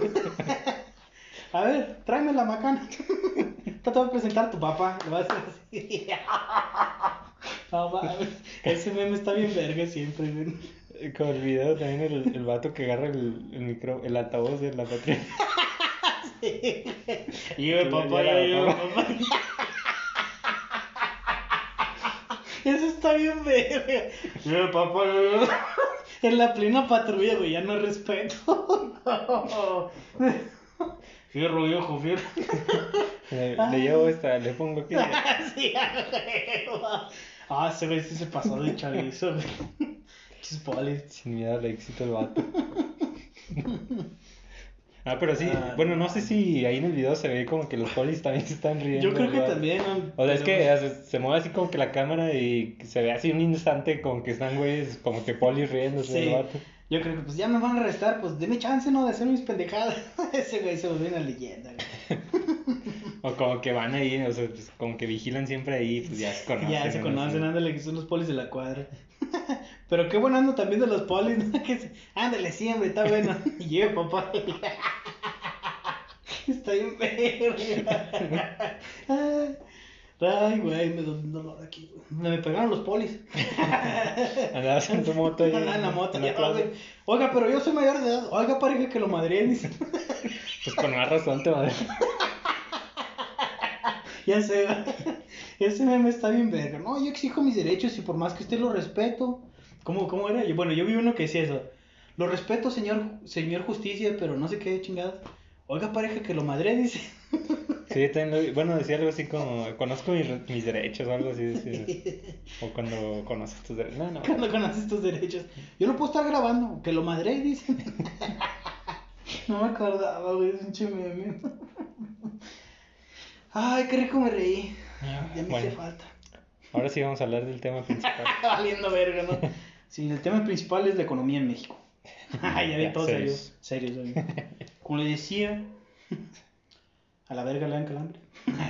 A ver, tráeme la macana. Te voy a presentar a tu papá. Le vas a hacer así. No mames. Ese meme está bien verga siempre, güey. Con el video también el, el vato que agarra el, el micro, el altavoz de la patria. Sí. Y yo, papá, yo, yo, papá. Eso está bien verga. Yo, papá, yo, yo. En la plena patrulla, güey, ya no respeto. No. Fierro, viejo, fierro. Le, le llevo esta, le pongo que. Sí, ah, ese güey sí se pasó de chavizo, güey. Chispoles. Sin miedo al éxito el vato. Ah, pero sí, Ah, bueno, no sé si ahí en el video se ve como que los polis también se están riendo. Yo creo que ¿verdad? también. ¿No? O sea, es Pero- que se, se mueve así como que la cámara y se ve así un instante como que están güeyes, como que polis riéndose Sí. del vato. Yo creo que pues ya me van a arrestar, pues deme chance, ¿no? De hacer mis pendejadas. Ese güey se volvió una leyenda, güey. O como que van ahí, o sea, pues como que vigilan siempre ahí, pues ya se conocen. Ya se ¿no? conocen, Así. ándale, que son los polis de la cuadra. Pero qué bueno ando también de los polis, ¿no? Que se... Ándale, siempre, está bueno. Y llega papá. Está bien verga. Ay, güey, me da un dolor aquí. güey. Me pegaron los polis. Andabas en tu moto ahí. Andaba en la moto. en la ya, plaza. güey. Oiga, pero yo soy mayor de edad. Oiga, pareja que lo madre, dice. Pues con más razón te madre. Ya sé, güey. Ese meme está bien verga. No, yo exijo mis derechos y por más que usted lo respeto. ¿Cómo, cómo era? Yo- Bueno, yo vi uno que decía eso. Lo respeto, señor, señor justicia, pero no sé qué chingadas. Oiga, pareja que lo madre, dice. Sí, también lo vi. Bueno, decía algo así como, conozco mis, mis derechos o algo así. Decía. O cuando conoces tus derechos. No, no. Cuando conoces tus derechos. Yo no puedo estar grabando, que lo madre, dice. No me acordaba, güey, es un chimeme. Ay, qué rico me reí. Ah, Ya me bueno. hace falta. Ahora sí vamos a hablar del tema principal. Valiendo verga, ¿no? Sí, el tema principal es la economía en México. Ay, ya Ya, ven todos serios. serios. Serios, serios. Como le decía, a la verga le dan calambre.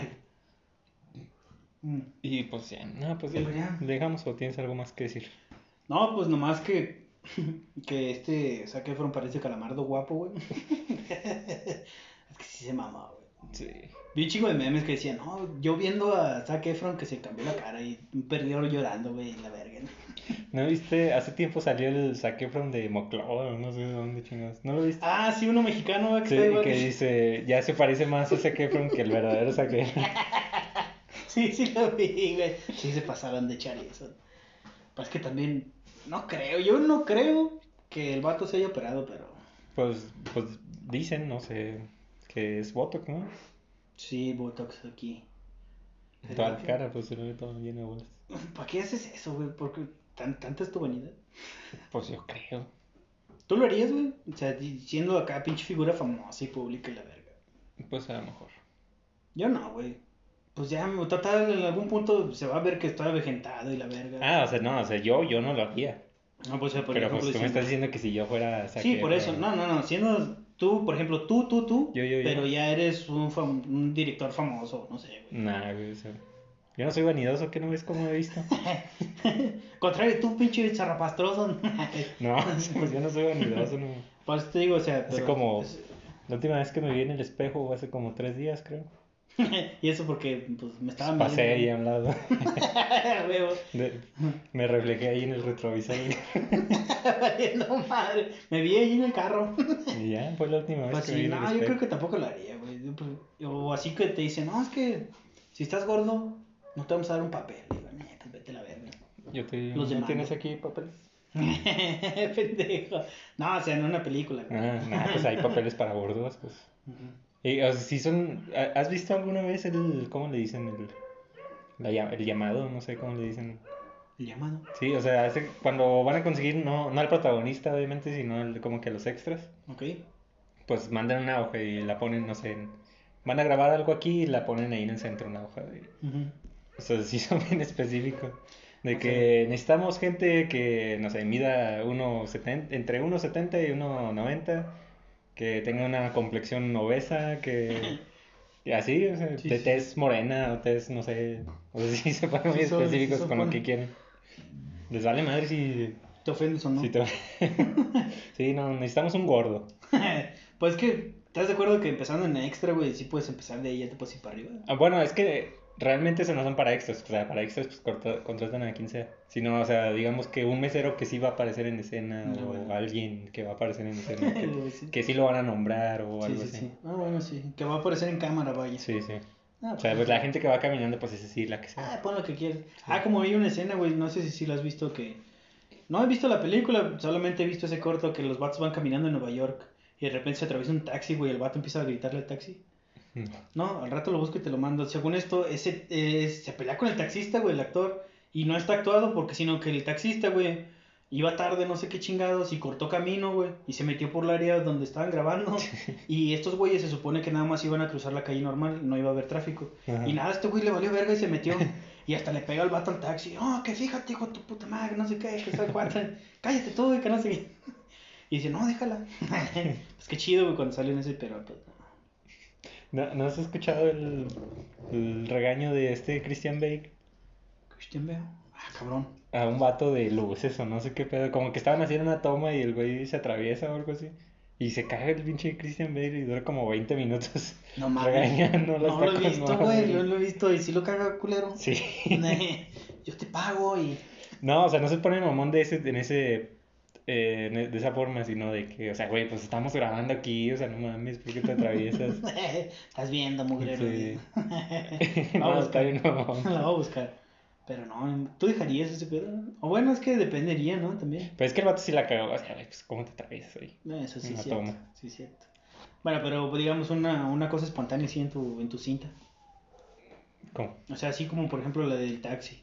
Mm. Y pues ya, no, pues ya, Pues ya. dejamos o tienes algo más que decir. No, pues nomás que, que este Zac Efron parece calamardo guapo, güey. Es que sí se mamó, güey. Sí. Vi un chingo de memes que decían, no, yo viendo a Zac Efron que se cambió la cara y un perdido llorando, güey, en la verga. ¿no? ¿No viste? Hace tiempo salió el Zac Efron de Moclova, no sé de dónde chingados. ¿No lo viste? Ah, sí, uno mexicano, güey, que Sí, está igual. que dice, ya se parece más a Zac Efron que el verdadero Zac Efron. Sí, sí lo vi, güey. Sí se pasaban de echar eso. Pues que también, no creo, yo no creo que el vato se haya operado, pero... Pues, pues dicen, no sé, que es Botox, ¿no? Sí, Botox aquí. En toda la cara, pues se le ve todo lleno de bolas. ¿Para qué haces eso, güey? Porque tan, tanta es tu vanidad. Pues yo creo. ¿Tú lo harías, güey? O sea, di- siendo acá pinche figura famosa y pública y la verga. Pues a lo mejor. Yo no, güey. Pues ya, total, en algún punto se va a ver que estoy avejentado y la verga. Ah, o sea, no, o sea, yo, yo no lo haría. No, pues, o sea, por Pero ejemplo, pues tú me diciendo- estás diciendo que si yo fuera Zac Sí, por eso. Efron- No, no, no. Siendo tú, por ejemplo, tú, tú, tú. Yo, yo, yo. Pero ya eres un, fam- un director famoso, no sé, güey. Nah, güey, o sea, yo no soy vanidoso, ¿qué no ves cómo he visto? Contrario, tú, pinche zarrapastroso. No, pues yo no soy vanidoso, no. Por eso te digo, o sea. Hace pero- como, la última vez que me vi en el espejo, hace como tres días, creo. Y eso porque, pues, me estaba Pasé ahí midiendo. a un lado. Huevo. De- me reflejé ahí en el retrovisor. Valiendo madre. Me vi ahí en el carro. Y ya, fue la última vez Pues que me vi sí, en el no, yo espejo. creo que tampoco lo haría, güey. Yo, pues, O así que te dicen, no, es que si estás gordo, no te vamos a dar un papel. Digo, neta, vete a la verga. Yo te, Los ¿no demando. tienes aquí papeles? Pendejo. No, o sea, en una película, güey. Ah, nah, pues hay papeles para gordos, pues. Ujú. Y, o sea, si son, ¿ha- ¿has visto alguna vez el, cómo le dicen el, la lla- el llamado? No sé cómo le dicen. El llamado. Sí, o sea, hace- cuando van a conseguir, no, no al protagonista, obviamente, sino al- como que a los extras, Ok. pues mandan una hoja y la ponen, no sé, en- van a grabar algo aquí y la ponen ahí en el centro, una hoja. De, Ujú. o sea, sí son bien específicos. De O que necesitamos gente que, no sé, mida uno setenta, entre uno setenta y uno noventa, que tenga una complexión obesa, que... Y así, o sea, Sí, de sí. tez morena o tez, no sé, o sea, sí se ponen muy Sí son- sí específicos son con lo pon- que quieren. Les vale madre si ¿Te ofendes o no? Sí, te... sí, no, necesitamos un gordo. Pues que, ¿estás de acuerdo que empezando en extra, güey, sí puedes empezar de ahí, ya te puedes ir para arriba? Ah, bueno, es que realmente eso no son para extras. O sea, para extras pues corta- contratan a quien sea. Sino, o sea, digamos que un mesero que sí va a aparecer en escena No, o bueno. alguien que va a aparecer en escena que, Sí. que sí lo van a nombrar o Sí, algo sí, así. sí. Ah, bueno, sí. Que va a aparecer en cámara, vaya. Sí, sí. Ah, O sea, pues la gente que va caminando, pues es sí, la que sea. Ah, pon lo que quieras. Ah, como vi una escena, güey, no sé si sí lo has visto que... No he visto la película, solamente he visto ese corto que los vatos van caminando en Nueva York y de repente se atraviesa un taxi, güey, el vato empieza a gritarle al taxi. No. No, al rato lo busco y te lo mando. Según esto, ese eh, se pelea con el taxista, güey, el actor. Y no está actuado porque sino que el taxista, güey, iba tarde, no sé qué chingados, y cortó camino, güey. Y se metió por el área donde estaban grabando. Y estos güeyes se supone que nada más iban a cruzar la calle normal, no iba a haber tráfico. Ajá. Y nada, este güey le valió verga y se metió. Y hasta le pega al vato al taxi. Oh, que fíjate, hijo de tu puta madre, no sé qué, que sabe cuánto. Cállate tú, güey, que no sé qué. Y dice, no, déjala. Pues qué chido, güey, cuando salen ese, pero pues, ¿No, ¿no has escuchado el, el regaño de este Christian Bale? Christian Bale. Ah, cabrón. A un vato de luces o no sé qué pedo. Como que estaban haciendo una toma y el güey se atraviesa o algo así. Y se cae el pinche Christian Bale y dura como veinte minutos No mames. regañando. No lo he visto, güey. No lo he visto. Y sí lo caga culero. Sí. Yo te pago y. No, o sea, no se pone mamón de ese, en ese, eh, en e- de esa forma, sino de que, o sea, güey, pues estamos grabando aquí, o sea, no mames, ¿por qué te atraviesas? Estás viendo, mugrero. Sí. La voy a No, está buscar. bien mamón. La voy a buscar. Pero no, ¿tú dejarías ese pedo? O bueno, es que dependería, ¿no? También. Pero es que el vato sí la cagó, o sea, güey, pues, ¿cómo te atraviesas ahí? Eh, Eso sí Una es cierto. toma. Sí es cierto. Bueno, pero digamos una, una cosa espontánea así en tu, en tu cinta. ¿Cómo? O sea, así como por ejemplo la del taxi.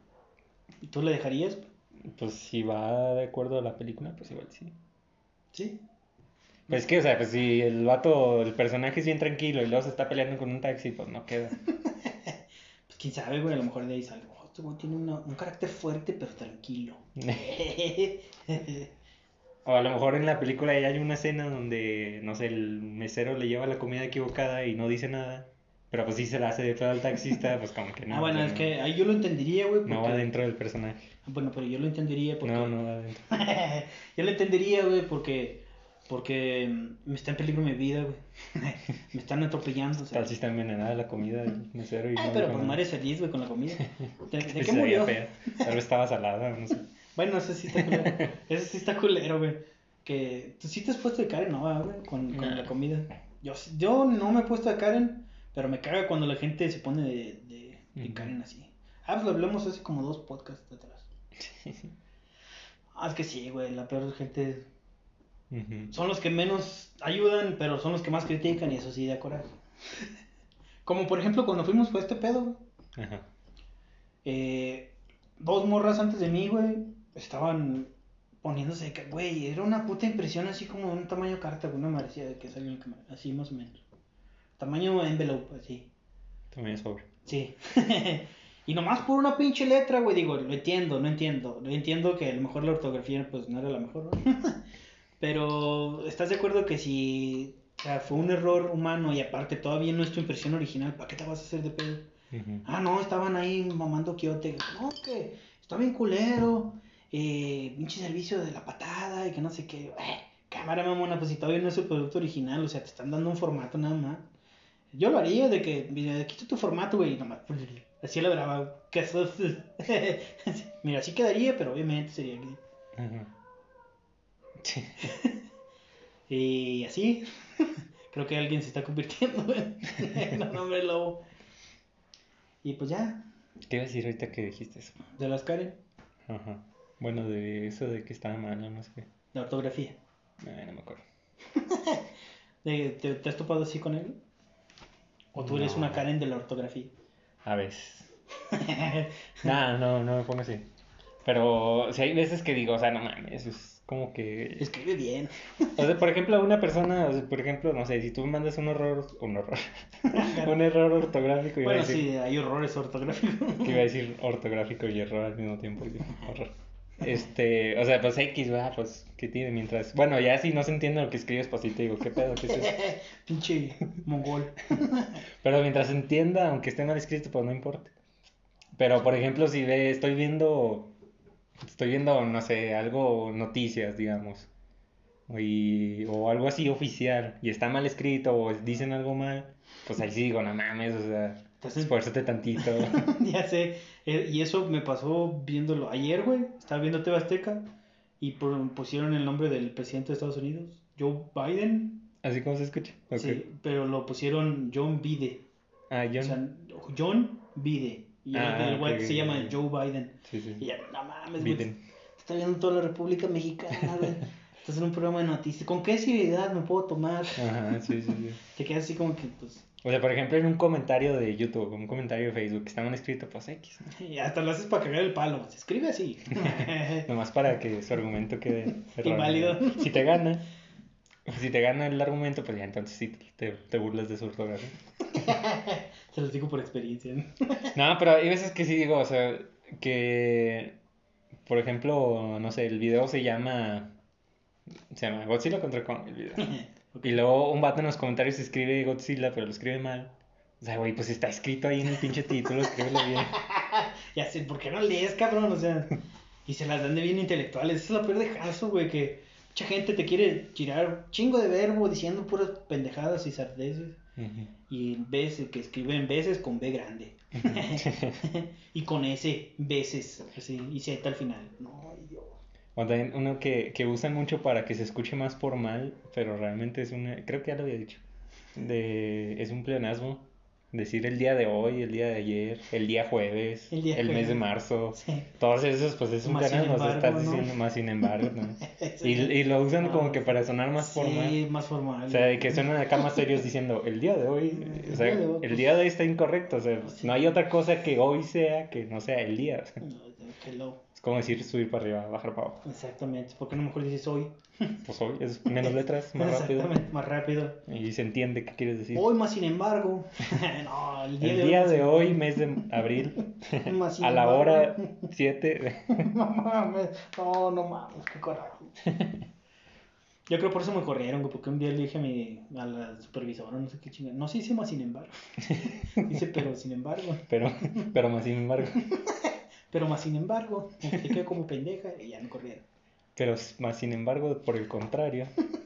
¿Tú la dejarías? Pues si va de acuerdo a la película, pues igual sí. Sí. Pues es que, o sea, pues si el vato, el personaje es bien tranquilo y luego se está peleando con un taxi, pues no queda. Pues quién sabe, güey, a lo mejor de ahí sale. Oh, este güey tiene una- un carácter fuerte pero tranquilo. O a lo mejor en la película ya hay una escena donde, no sé, el mesero le lleva la comida equivocada y no dice nada. Pero pues sí se la hace de pedo al taxista, pues como que no. Ah, o bueno, sea, es no, que ahí yo lo entendería, güey, no va porque... dentro del personaje. Bueno, pero yo lo entendería porque... No, no va dentro. Yo lo entendería, güey, porque... Porque mm, me está en peligro mi vida, güey. Me están atropellando, o sea. Tal si está envenenada la comida del mesero y Ah, no pero dijo pues nada. mueres feliz, güey, con la comida. ¿De, de Pues qué se veía murió? fea. Tal vez estaba salada, no sé. Bueno, eso sí está culero. Eso sí está culero, güey. Que tú sí te has puesto de Karen, ¿no, güey? Con, con Nah. la comida. Yo, yo no me he puesto de Karen, pero me caga cuando la gente se pone de, de, de Ujú. Karen así. Ah, pues lo hablamos hace como dos podcasts atrás. Ah, es que sí, güey, la peor gente Ujú. son los que menos ayudan, pero son los que más critican y eso sí da coraje. Como por ejemplo cuando fuimos fue este pedo, güey. Ajá. Eh, dos morras antes de mí, güey, estaban poniéndose de que, güey, era una puta impresión así como de un tamaño carta, güey, una merecía de que salió en la cámara, así más o menos. Tamaño envelope, así. También es sobre. Sí. Y nomás por una pinche letra, güey, digo, lo entiendo, no entiendo. Lo entiendo que a lo mejor la ortografía pues no era la mejor, ¿no? Pero, ¿estás de acuerdo que si o sea, fue un error humano y aparte todavía no es tu impresión original, ¿para qué te vas a hacer de pedo? Ujú. Ah, no, estaban ahí mamando quiote. No, que está bien culero. Eh, pinche servicio de la patada y que no sé qué. Eh, cámara mamona, pues si todavía no es el producto original, o sea, te están dando un formato nada más. Yo lo haría de que, mira, aquí está tu formato, güey, nomás. Así lo grababa. Que eso- Mira, así quedaría, pero obviamente sería aquí. Ajá. Sí. Y así, creo que alguien se está convirtiendo en un hombre lobo. Y pues ya, ¿Qué iba a decir ahorita que dijiste eso? de las Karen, Ajá. Bueno, de eso de que estaba mal, no sé qué. de ortografía. Ay, no me acuerdo. ¿Te, te, te has topado así con él? ¿O tú eres No. una Karen de la ortografía? A veces. Nah, no, no me pongo así. Pero si hay veces que digo, o sea, no mames, es como que... Escribe bien. O sea, por ejemplo, una persona, o sea, por ejemplo, no sé, si tú me mandas un error, un error, un error ortográfico, iba a Bueno, decir, sí, hay horrores ortográficos. que iba a decir ortográfico y error al mismo tiempo, y dije, horror. Este, o sea, pues X, va, pues, ¿qué tiene? Mientras, bueno, ya si no se entiende lo que escribes, pues sí te digo, ¿qué pedo? ¿Qué es eso? Pinche mongol. Pero mientras se entienda, aunque esté mal escrito, pues no importa. Pero, por ejemplo, si ve, estoy viendo estoy viendo, no sé, algo, noticias, digamos, y, o algo así oficial, y está mal escrito, o dicen algo mal, pues ahí sí digo, no mames, o sea, Entonces, esfuérzate tantito. ya sé. eh, y eso me pasó viéndolo ayer, güey. Estaba viendo T V Azteca y por- pusieron el nombre del presidente de Estados Unidos, Joe Biden. Así como se escucha. Ok. Sí, pero lo pusieron John Bide. Ah, O sea, John. John Bide. Y el, Ah, el ok, güey ok, se llama ok. Joe Biden. Sí, sí. Y ya, no mames, güey. Biden. Está viendo toda la República Mexicana, güey. Estás en un programa de noticias. ¿Con qué seriedad me puedo tomar? Ajá, sí, sí, sí. Te quedas así como que, pues. O sea, por ejemplo, en un comentario de YouTube, un comentario de Facebook, que está mal escrito, pues X. Y hasta lo haces para cagar el palo. Se escribe así. Nomás para que su argumento quede erróneo. Inválido. Si te gana, si te gana el argumento, pues ya entonces sí te, te burlas de su ortografía. Se los digo por experiencia. No, pero hay veces que sí digo, o sea, que, por ejemplo, no sé, el video se llama, se llama Godzilla contra Kong, el video. Y luego un vato en los comentarios escribe Godzilla, pero lo escribe mal. O sea, güey, pues está escrito ahí en el pinche título, escríbelo bien. Ya sé, ¿por qué no lees, cabrón? O sea, y se las dan de bien intelectuales. Esa es la peor de caso, güey, que mucha gente te quiere tirar chingo de verbo diciendo puras pendejadas y sardeces. Ujú. Y ves que escriben veces con B grande. Y con S, veces. Así, y Z al final. No, Dios. O también uno que, que usan mucho para que se escuche más formal, pero realmente es una, creo que ya lo había dicho, de, es un pleonasmo. Decir el día de hoy, el día de ayer, el día jueves, El día el mes de jueves. marzo, Sí. todos esos pues es un Más sin pleonasmo, o sea, embargo, estás ¿no? diciendo más sin embargo, ¿no? Eso Y, ya- y lo usan no, como que para sonar más sí, formal. más formal. O sea, de que suenan acá más serios diciendo el día de hoy, El o sea, día de hoy, el pues, día de hoy está incorrecto, o sea, sí. no hay otra cosa que hoy sea que no sea el día. O sea, No, hello. es como decir subir para arriba, bajar para abajo. Exactamente. ¿Por qué no mejor dices hoy? Pues hoy es menos letras, más rápido. Exactamente, más rápido. Y se entiende qué quieres decir. Hoy más sin embargo. No, el día El de hoy. día más de sin hoy, embargo. mes de abril, Más sin a la embargo. hora siete. No mames, no, no mames, qué coraje. Yo creo por eso me corrieron, güey, porque un día le dije a, mi, a la supervisora, no sé qué chingada. No, sí dice más sin embargo. Dice, pero sin embargo. Pero, pero más sin embargo. Pero más sin embargo, me quedé como pendeja y ya me corrieron. Pero más sin embargo, por el contrario.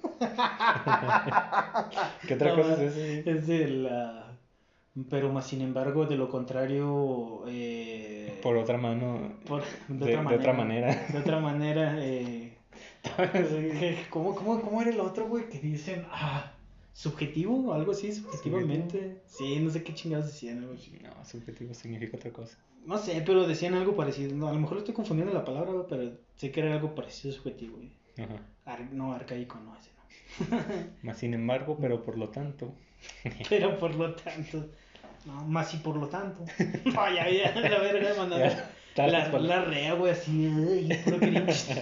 ¿Qué otra No, cosa es eso? es de la... Pero más sin embargo, de lo contrario... Eh... Por otra mano. por- de, De, otra de otra manera. manera. De otra manera, eh... ¿qué- ¿Cómo, cómo, ¿Cómo era el otro, güey? Que dicen, ah, subjetivo o algo así, subjetivamente. Sí, no sé qué chingados decían, algo así. No, subjetivo significa otra cosa. No sé, pero decían algo parecido. No, a lo mejor estoy confundiendo la palabra, güey, pero sé que era algo parecido a subjetivo, güey. Ajá. Ar- no, arcaico, no, ese no. Más sin embargo, pero por lo tanto. Pero por lo tanto, no, más y por lo tanto. No, ya, ya, la verga, mandando. Ya, tal La, cual. la rea, güey, así, ay, puro cringe.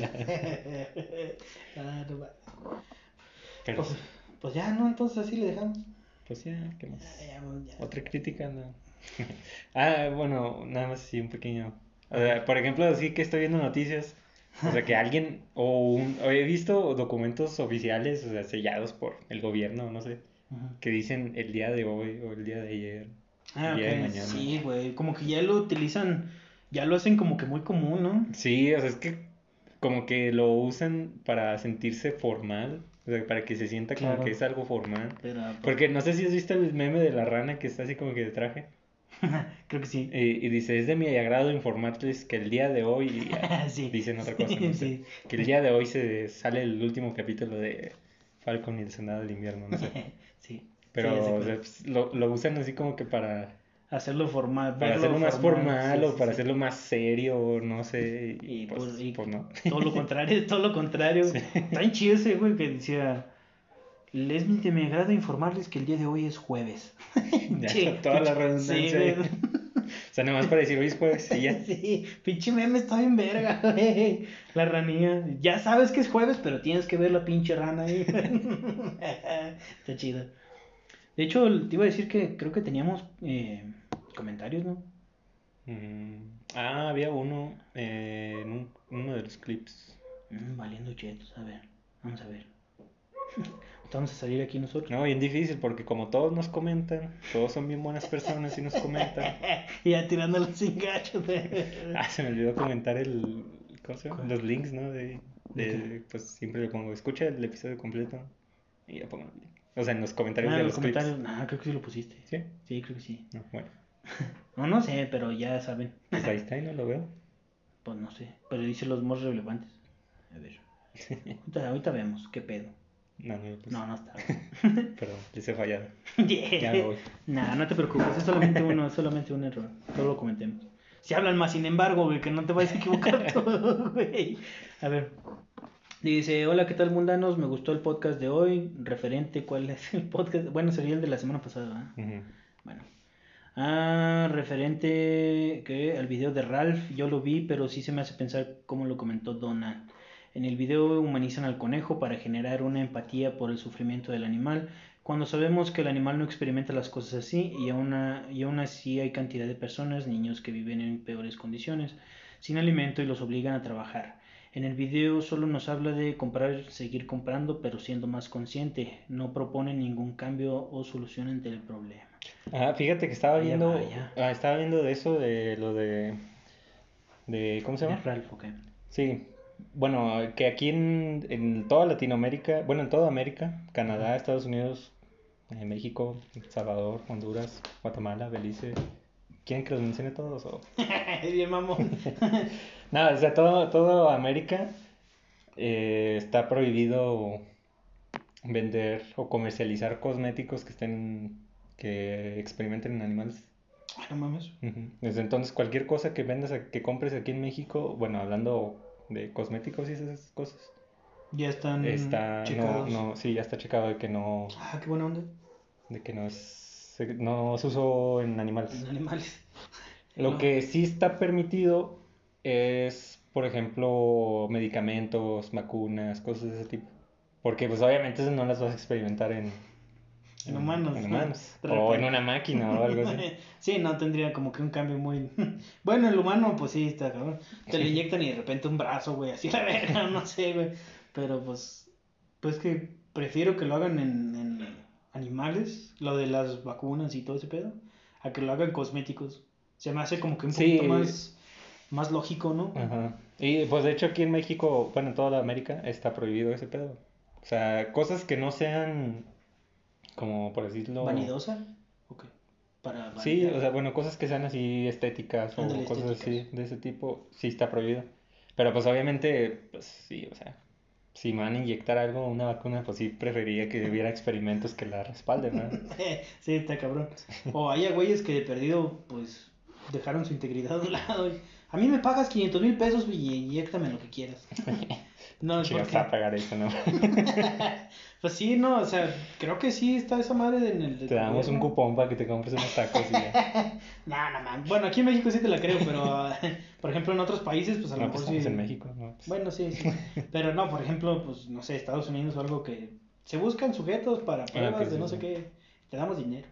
Ah, no mames. Pero Pues, pues ya, ¿no? Entonces así le dejamos. pues ya, ¿qué más? Ya, ya, ya. Otra crítica, no. Ah, bueno, nada más así un pequeño. O sea, por ejemplo, así que estoy viendo noticias. O sea, que alguien, o, un, o he visto documentos oficiales, o sea, sellados por el gobierno, no sé, Ujú. que dicen el día de hoy o el día de ayer, Ah, el día de ok, mañana. sí, güey, como que ya lo utilizan, ya lo hacen como que muy común, ¿no? Sí, o sea, es que como que lo usan para sentirse formal, o sea, para que se sienta como Claro. que es algo formal. Pero, pues, Porque no sé si has visto el meme de la rana que está así como que de traje. creo que sí. Y, y dice, es de mi agrado informarles que el día de hoy, y ya, Sí. dicen otra cosa, no sé, Sí. que el día de hoy se sale el último capítulo de Falcon y el Soldado del Invierno, no sé. Sí. Pero Sí, ya sé o cuál. sea, pues, lo, lo usan así como que para, Hacerlo formal, para verlo hacerlo más formal sí, o sí, para sí. hacerlo más serio, no sé, y, Y pues, pues, y pues no. todo lo contrario, todo lo contrario. Sí. Está bien chido ese güey que decía, les de mi agrado informarles que el día de hoy es jueves. Ya, Che, toda la pinche- redundancia. sí, ahí. güey. O sea, nada más para decir hoy es jueves y ya. Sí, pinche meme está bien verga, güey. La ranía. Ya sabes que es jueves, pero tienes que ver la pinche rana ahí. Está chido. De hecho, te iba a decir que creo que teníamos eh, comentarios, ¿no? Mm, ah, había uno eh, en un- uno de los clips. Mm, valiendo chetos, a ver, vamos a ver. Vamos a salir aquí nosotros. No, bien difícil porque como todos nos comentan, todos son bien buenas personas y nos comentan. Y ya tirándolos sin gacho. Ah, se me olvidó comentar el ¿cómo se llama? ¿Cuál? Los links, ¿no? De, de, Ok. pues siempre le pongo, escucha el episodio completo y ya pongo el link. O sea, en los comentarios Ah, de en los los clips. comentarios. Ah, creo que sí lo pusiste. ¿Sí? Sí, creo que sí. No, bueno, No, no sé, pero ya saben. pues ahí está y no lo veo. Pues no sé. Pero dice los más relevantes. A ver. Ahorita, ahorita vemos qué pedo. No, no lo puse. No, no está. Perdón, les he fallado. Yeah. Ya me voy. Nah, no te preocupes, es solamente uno, es solamente un error. Todo lo comentemos. Si hablan más, sin embargo, güey, que no te vayas a equivocar todo, güey. A ver. Dice, hola, ¿qué tal, mundanos? Me gustó el podcast de hoy. Referente, ¿cuál es el podcast? Bueno, sería el de la semana pasada, ¿eh? Ujú. Bueno. Ah, referente que al video de Ralph, yo lo vi, pero sí se me hace pensar cómo lo comentó Donna. En el video humanizan al conejo para generar una empatía por el sufrimiento del animal, cuando sabemos que el animal no experimenta las cosas así y aún, a- y aún así hay cantidad de personas, niños que viven en peores condiciones, sin alimento y los obligan a trabajar. En el video solo nos habla de comprar, seguir comprando, pero siendo más consciente. No propone ningún cambio o solución ante el problema. Ah, fíjate que estaba Vaya, viendo, vaya. ah, estaba viendo de eso, de lo de, de, ¿cómo se De llama? Ralph, ok. Sí, bueno, que aquí en, en toda Latinoamérica, bueno, en toda América, Canadá, Estados Unidos, eh, México, Salvador, Honduras, Guatemala, Belice, ¿quieren que los mencione todos? O... Bien, mamón. Nada, o sea, todo, todo América eh, está prohibido vender o comercializar cosméticos que estén, que experimenten en animales. Ay, no mames. Ujú. Desde entonces, cualquier cosa que vendas, a- que compres aquí en México, bueno, hablando de cosméticos y esas cosas, Ya están está, no, checados. no, sí, ya está checado de que no, Ah, qué buena onda. de que no es, no se usó en animales. En animales. Lo Lo- que sí está permitido es, por ejemplo, medicamentos, vacunas, cosas de ese tipo. Porque pues obviamente eso no las vas a experimentar en, En en, humanos. en humanos. De O en repente. una máquina o algo así. Sí, no tendría como que un cambio muy. Bueno, el humano, pues sí, está cabrón. Te le inyectan y de repente un brazo, güey, así a la verga, no sé, güey. Pero pues. Pues que prefiero que lo hagan en, en animales, lo de las vacunas y todo ese pedo, a que lo hagan cosméticos. Se me hace como que un poquito Sí, más, más lógico, ¿no? ajá. Y pues de hecho aquí en México, bueno, en toda la América está prohibido ese pedo. O sea, cosas que no sean, como por decirlo, ¿Vanidosa? Ok. Para sí, validar. o sea, bueno, cosas que sean así estéticas Ándale, o cosas estéticas. así de ese tipo, sí está prohibido. Pero pues obviamente, pues sí, o sea, si me van a inyectar algo, una vacuna, pues sí preferiría que hubiera experimentos que la respalden, ¿no? Sí, está cabrón. O hay güeyes que de perdido, pues, dejaron su integridad a un lado. y, a mí me pagas quinientos mil pesos y inyéctame lo que quieras. No, Chingas porque. a pagar eso, ¿no? Pues sí, no, o sea, creo que sí está esa madre en el del Te damos un gobierno. cupón para que te compres unos tacos y ya. No, no, man. Bueno, aquí en México sí te la creo, pero ah, por ejemplo en otros países, pues a lo No, pues mejor estamos en sí. México, ¿no? Pues, Bueno, sí, sí. Pero no, por ejemplo, pues no sé, Estados Unidos o algo que se buscan sujetos para ah, ok, pruebas de sí, no sé sí. qué. Te damos dinero.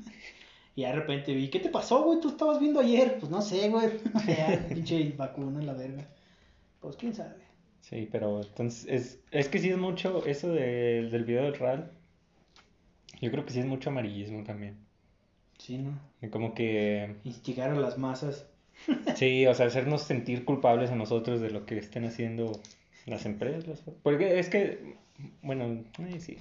Y de repente vi, ¿qué te pasó, güey? Tú estabas viendo ayer. Pues no sé, güey. Ya, pinche vacuna, la verga. Pues quién sabe. Sí, pero entonces es, es que sí es mucho eso de- del video del R A L. Yo creo que sí es mucho amarillismo también. Sí, ¿no? Y como que, Instigar a las masas. sí, o sea, hacernos sentir culpables a nosotros de lo que estén haciendo las empresas. Porque es que, bueno, ay, sí,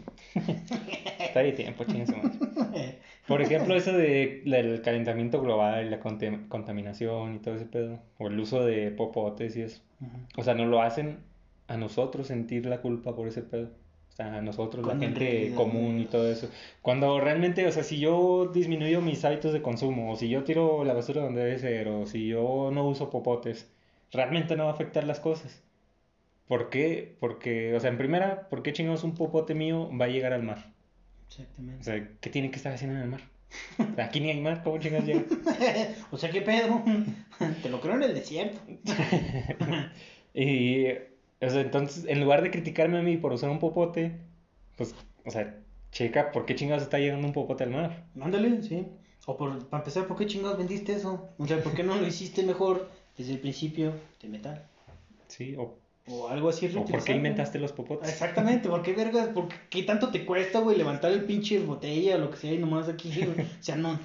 está de tiempo, chingue su madre. Por ejemplo, eso de, del calentamiento global, la conte- contaminación y todo ese pedo, o el uso de popotes y eso. Ujú. O sea, nos lo hacen a nosotros sentir la culpa por ese pedo. O sea, a nosotros, la Cuando en gente realidad común y todo eso. es. Cuando realmente, o sea, si yo disminuyo mis hábitos de consumo, o si yo tiro la basura donde debe ser, o si yo no uso popotes, realmente no va a afectar las cosas. ¿Por qué? Porque, o sea, en primera, ¿por qué chingados un popote mío va a llegar al mar? O Exactamente. sea, ¿qué tiene que estar haciendo en el mar? Aquí ni hay mar, ¿cómo chingados llega? O sea, ¿qué pedo? Te lo creo en el desierto. Y, o sea, entonces, en lugar de criticarme a mí por usar un popote, pues, o sea, checa por qué chingados está llegando un popote al mar. Mándale, sí. O por, para empezar, ¿por qué chingados vendiste eso? O sea, ¿por qué no lo hiciste mejor desde el principio de metal? Sí, o, O algo así o por qué reutilizable. inventaste los popotes. Exactamente, ¿por qué vergas? ¿Por qué, qué tanto te cuesta, güey, levantar el pinche botella o lo que sea y nomás aquí, güey? O sea, no.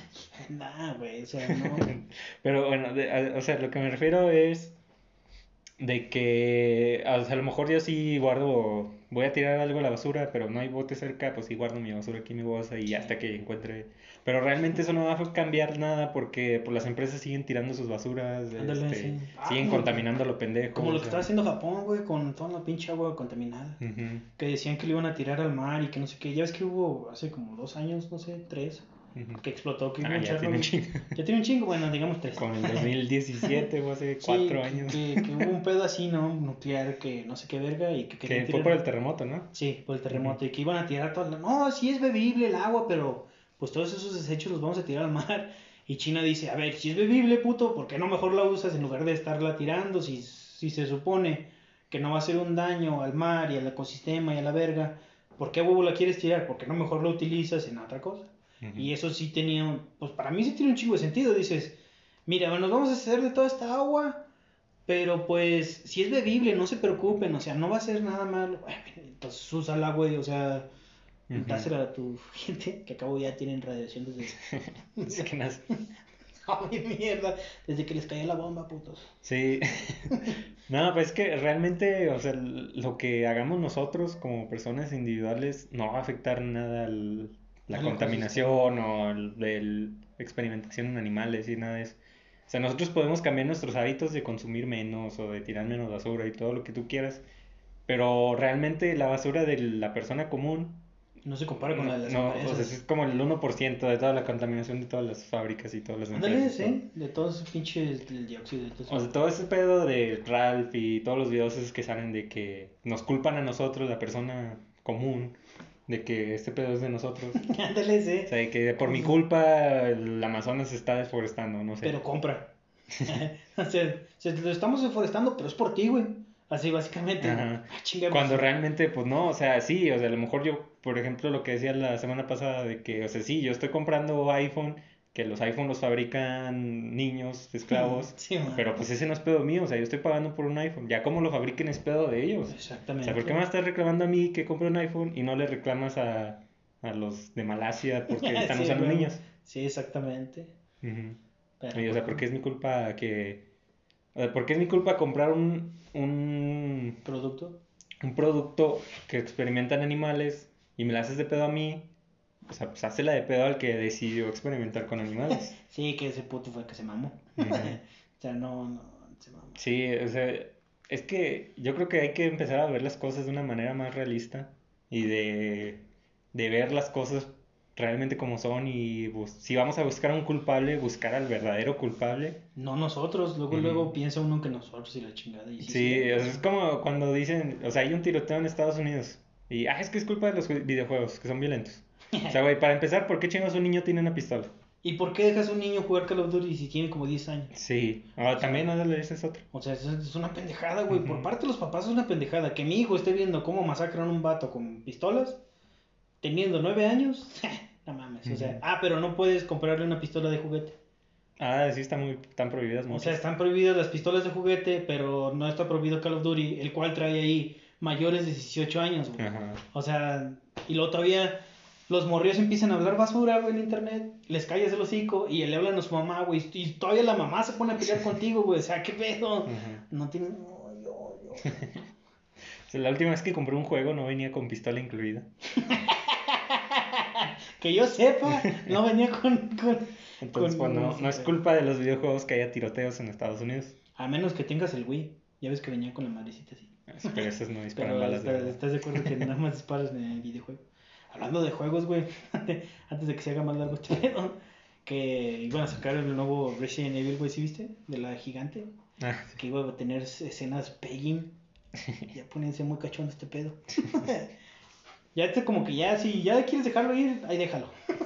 Nah, güey, o sea, no. Pero bueno, de- a- o sea, lo que me refiero es de que, o sea, a lo mejor yo sí guardo, voy a tirar algo a la basura, pero no hay bote cerca, pues sí guardo mi basura aquí en mi bolsa y Sí. hasta que encuentre. Pero realmente eso no va a cambiar nada porque pues, las empresas siguen tirando sus basuras, Ándale, este, sí. Ah, siguen como lo que, contaminando a lo pendejo, como o lo que está sea. haciendo Japón, güey, con toda la pinche agua contaminada. Ujú, Que decían que lo iban a tirar al mar y que no sé qué. Ya ves que hubo hace como dos años, no sé, tres, ujú. que explotó, que hubo Ah, un ya tiene un Chernobyl. chingo. Ya tiene un chingo, bueno, digamos tres. Como en el dos mil diecisiete o hace Sí, cuatro que, años. que, que hubo un pedo así, ¿no? Nuclear, que no sé qué verga, y que querían Que fue tirar. por el terremoto, ¿no? Sí, por el Ujú. terremoto, y que iban a tirar todas las. No, sí es bebible el agua, pero pues todos esos desechos los vamos a tirar al mar. Y China dice, a ver, si es bebible, puto, ¿por qué no mejor la usas en lugar de estarla tirando? Si, si se supone que no va a hacer un daño al mar y al ecosistema y a la verga, ¿por qué a huevo la quieres tirar? ¿Por qué no mejor la utilizas en otra cosa? Ujú. Y eso sí tenía, pues para mí sí tiene un chingo de sentido. Dices, mira, nos vamos a hacer de toda esta agua, pero pues si es bebible, no se preocupen, o sea, no va a ser nada malo. Bueno, entonces úsala, güey, o sea, Ujú. dásela a tu gente, que acabo ya tienen radiación desde... Es que no sé. ¡Ay, mierda! Desde que les cayó la bomba, putos. Sí. No, pues es que realmente, o sea, l- lo que hagamos nosotros como personas individuales no va a afectar nada al- la Al ecosistema. contaminación o el, el experimentación en animales y nada de eso. O sea, nosotros podemos cambiar nuestros hábitos de consumir menos o de tirar menos basura y todo lo que tú quieras, pero realmente la basura de la persona común No se compara con la no, de las no, o sea, es empresas. como el uno por ciento de toda la contaminación de todas las fábricas y todas las Ándale, empresas, todo. sí, de todos esos pinches del dióxido y todo O eso. sea, todo ese pedo de Ralph y todos los videos esos que salen de que nos culpan a nosotros, la persona común, de que este pedo es de nosotros. Ándale, O sí. sea, de que por mi Pues, culpa el Amazonas se está desforestando, no sé. pero compra. O sea, se- lo estamos deforestando, pero es por ti, güey. Así básicamente. Ajá. Ah, chinga, pues Cuando sí. realmente, pues no, o sea, sí, o sea, a lo mejor yo, por ejemplo, lo que decía la semana pasada de que, o sea, sí, yo estoy comprando iPhone, que los iPhone los fabrican niños, esclavos, Sí, man. pero pues ese no es pedo mío, o sea, yo estoy pagando por un iPhone, ya como lo fabriquen es pedo de ellos. O sea, ¿por qué me Exactamente. vas a estar reclamando a mí que compre un iPhone y no le reclamas a, a los de Malasia porque están Sí, usando huevo. niños? Sí, exactamente. Ujú. Pero Y, o pues sea, ¿por bueno, qué es mi culpa que... o sea, ¿por qué es mi culpa comprar un, un producto. un producto que experimentan animales y me la haces de pedo a mí, o sea, pues hazla de pedo al que decidió experimentar con animales. Sí, que ese puto fue el que se mamó. Ujú. O sea, no, no, se mamó. Sí, o sea, es que yo creo que hay que empezar a ver las cosas de una manera más realista y de, de ver las cosas realmente como son y bus- si vamos a buscar a un culpable, buscar al verdadero culpable. No nosotros, luego, Ujú. luego piensa uno que nosotros y la chingada. Y sí, Sí, o cierto. sea, es como cuando dicen, o sea, hay un tiroteo en Estados Unidos y, ah, es que es culpa de los videojuegos, que son violentos. O sea, güey, para empezar, ¿por qué chingos un niño tiene una pistola? ¿Y por qué dejas a un niño jugar Call of Duty si tiene como diez años? Sí, O ah, también sea, no le dices otro. o sea, es, es una pendejada, güey. Por Ujú, parte de los papás es una pendejada. Que mi hijo esté viendo cómo masacran a un vato con pistolas, teniendo nueve años, no mames. O sea, ujú. ah, pero no puedes comprarle una pistola de juguete. Ah, sí, está muy, están prohibidas O sea, muchas. están prohibidas las pistolas de juguete, pero no está prohibido Call of Duty, el cual trae ahí mayores de dieciocho años, güey. Ajá. O sea, y luego todavía los morrillos empiezan a hablar basura, güey, en internet, les callas el hocico y le hablan a su mamá, güey, y todavía la mamá se pone a pelear contigo, güey. O sea, ¿qué pedo? Ajá. No tiene... no, yo, yo. O sea, la última vez que compré un juego no venía con pistola incluida. Que yo sepa, no venía con... con, Entonces, pues con no, ese no es pedo. culpa de los videojuegos que haya tiroteos en Estados Unidos. A menos que tengas el Wii. Ya ves que venía con la madrecita así. Pero esos no disparan Pero balas de ¿estás, verdad. estás de acuerdo que nada más disparas en el videojuego? Hablando de juegos, güey, antes de que se haga más largo este pedo, que iban a sacar el nuevo Resident Evil, güey, ¿sí viste? De la gigante, Ah, que iba a tener escenas pegging. Ya pónganse muy cachondo este pedo. Ya este como que ya, si ya quieres dejarlo ir, ahí déjalo.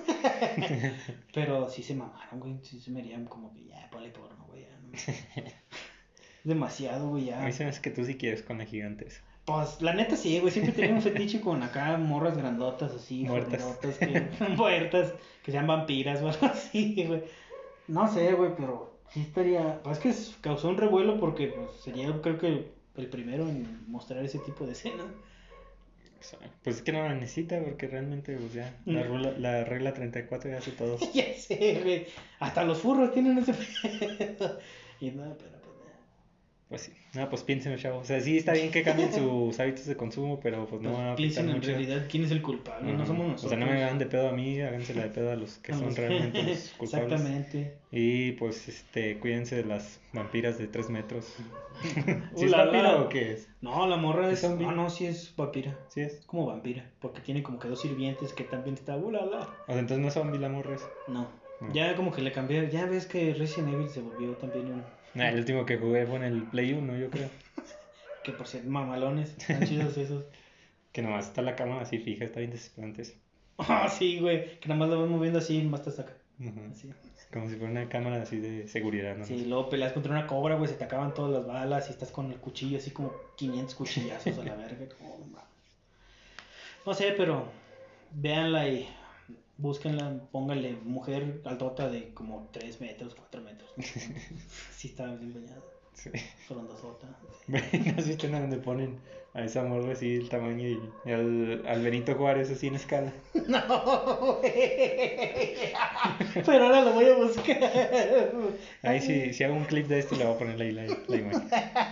Pero sí se mamaron, güey, sí se me harían como que ya, ponle porno, güey, ya, no. Es demasiado, güey, a mí ya. se me hace que tú sí quieres con la gigante esa. Pues la neta sí, güey, siempre tenía un fetiche con acá morras grandotas así, Muertas. fornidotas, que muertas, que sean vampiras o algo así, güey. No sé, güey, pero sí estaría, pues es que es- causó un revuelo porque pues, sería creo que el primero en mostrar ese tipo de escenas. O sea, pues es que no la necesita porque realmente, pues ya, la, No. rula- la regla treinta y cuatro ya hace todo. Ya sé, güey. Hasta los furros tienen ese pedo. Y no, pero pues nada. Pues sí, no, pues piénsenlo, chavos. O sea, sí está bien que cambien sus hábitos de consumo, pero pues no Pues va a afectar piensen en mucho. realidad quién es el culpable, Ajá. no somos nosotros. O sea, no me hagan de pedo a mí, hágansela de pedo a los que A son los- realmente los culpables. Exactamente. Y pues, este, cuídense de las vampiras de tres metros. ¿Sí Uh, es la, vampiro la. o qué es? No, la morra ¿Es es. zombie? Ah, no, sí es vampira. ¿Sí es? Como vampira, porque tiene como que dos sirvientes que también está. Uh, la, la. O sea, entonces no es zombie la morra es. No. No. Ya como que le cambié. Ya ves que Resident Evil se volvió también un. Nah, el último que jugué fue en el Play uno, yo creo. Que por ser mamalones. Están chidos esos. Que nomás está la cámara así fija, está bien desesperante eso. Ah, sí, güey. Que nada más lo vas moviendo así y más te saca. Ujú. Así. Como si fuera una cámara así de seguridad, ¿no? Sí, luego peleas contra una cobra, güey, se te acaban todas las balas y estás con el cuchillo así como quinientos cuchillazos a la verga. Oh, no mames. No sé, pero véanla y búsquenla, pónganle mujer altota de como tres metros, cuatro metros. Sí, estaba bien bañada. Sí. Frondosota. ¿No has visto en donde ponen a esa morra así el tamaño y, y al, al Benito Juárez así en escala? No, güey. Pero ahora lo voy a buscar. Ahí si, si hago un clip de esto le voy a poner ahí la, la imagen.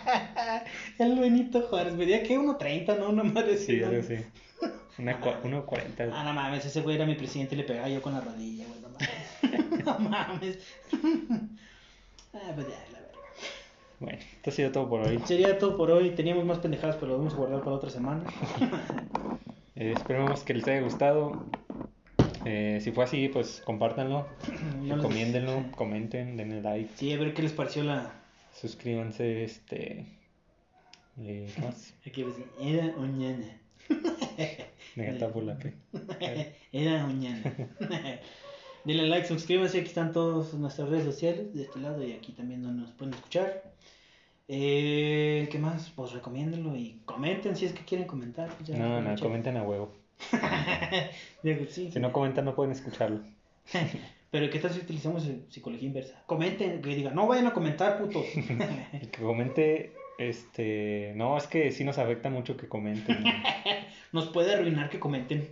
El Benito Juárez, medía que uno treinta, ¿no? Una madre así, Sí, ¿no? algo así. Una cua- uno cuarenta. Ah, no mames, ese güey era mi presidente y le pegaba yo con la rodilla, güey, no mames. No mames. Ah, pues ya, la verga. Bueno, esto ha sido todo por hoy. Sería todo por hoy. Teníamos más pendejadas, pero lo vamos a guardar para otra semana. Eh, esperemos que les haya gustado. Eh, si fue así, pues compártanlo, No les- recomiéndenlo, comenten, denle like, Sí, a ver qué les pareció la. suscríbanse, este... Eh, ¿qué más? Aquí ves, era mañana. Negata por la P. Era mañana. Denle like, suscríbanse. Aquí están todas nuestras redes sociales, de este lado y aquí también donde nos pueden escuchar. Eh, ¿Qué más? Pues recomiéndenlo y comenten si es que quieren comentar. Pues ya, No, no, mucho. comenten a huevo. Digo, sí, Si no comentan no pueden escucharlo. Pero ¿qué tal si utilizamos eh, psicología inversa? Comenten, que digan, no vayan a comentar, putos. El que comente, este... No, es que sí nos afecta mucho que comenten. Nos puede arruinar que comenten.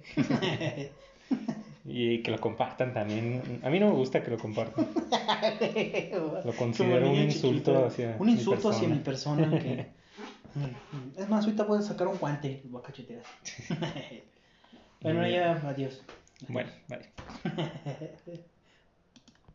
Y que lo compartan también. A mí no me gusta que lo compartan. Lo considero Como un niño insulto chiquito. hacia Un insulto mi hacia mi persona. persona. Que... Es más, ahorita puedes sacar un guante y voy a cachetear. Bueno, Y- ya, adiós. Bueno, vale.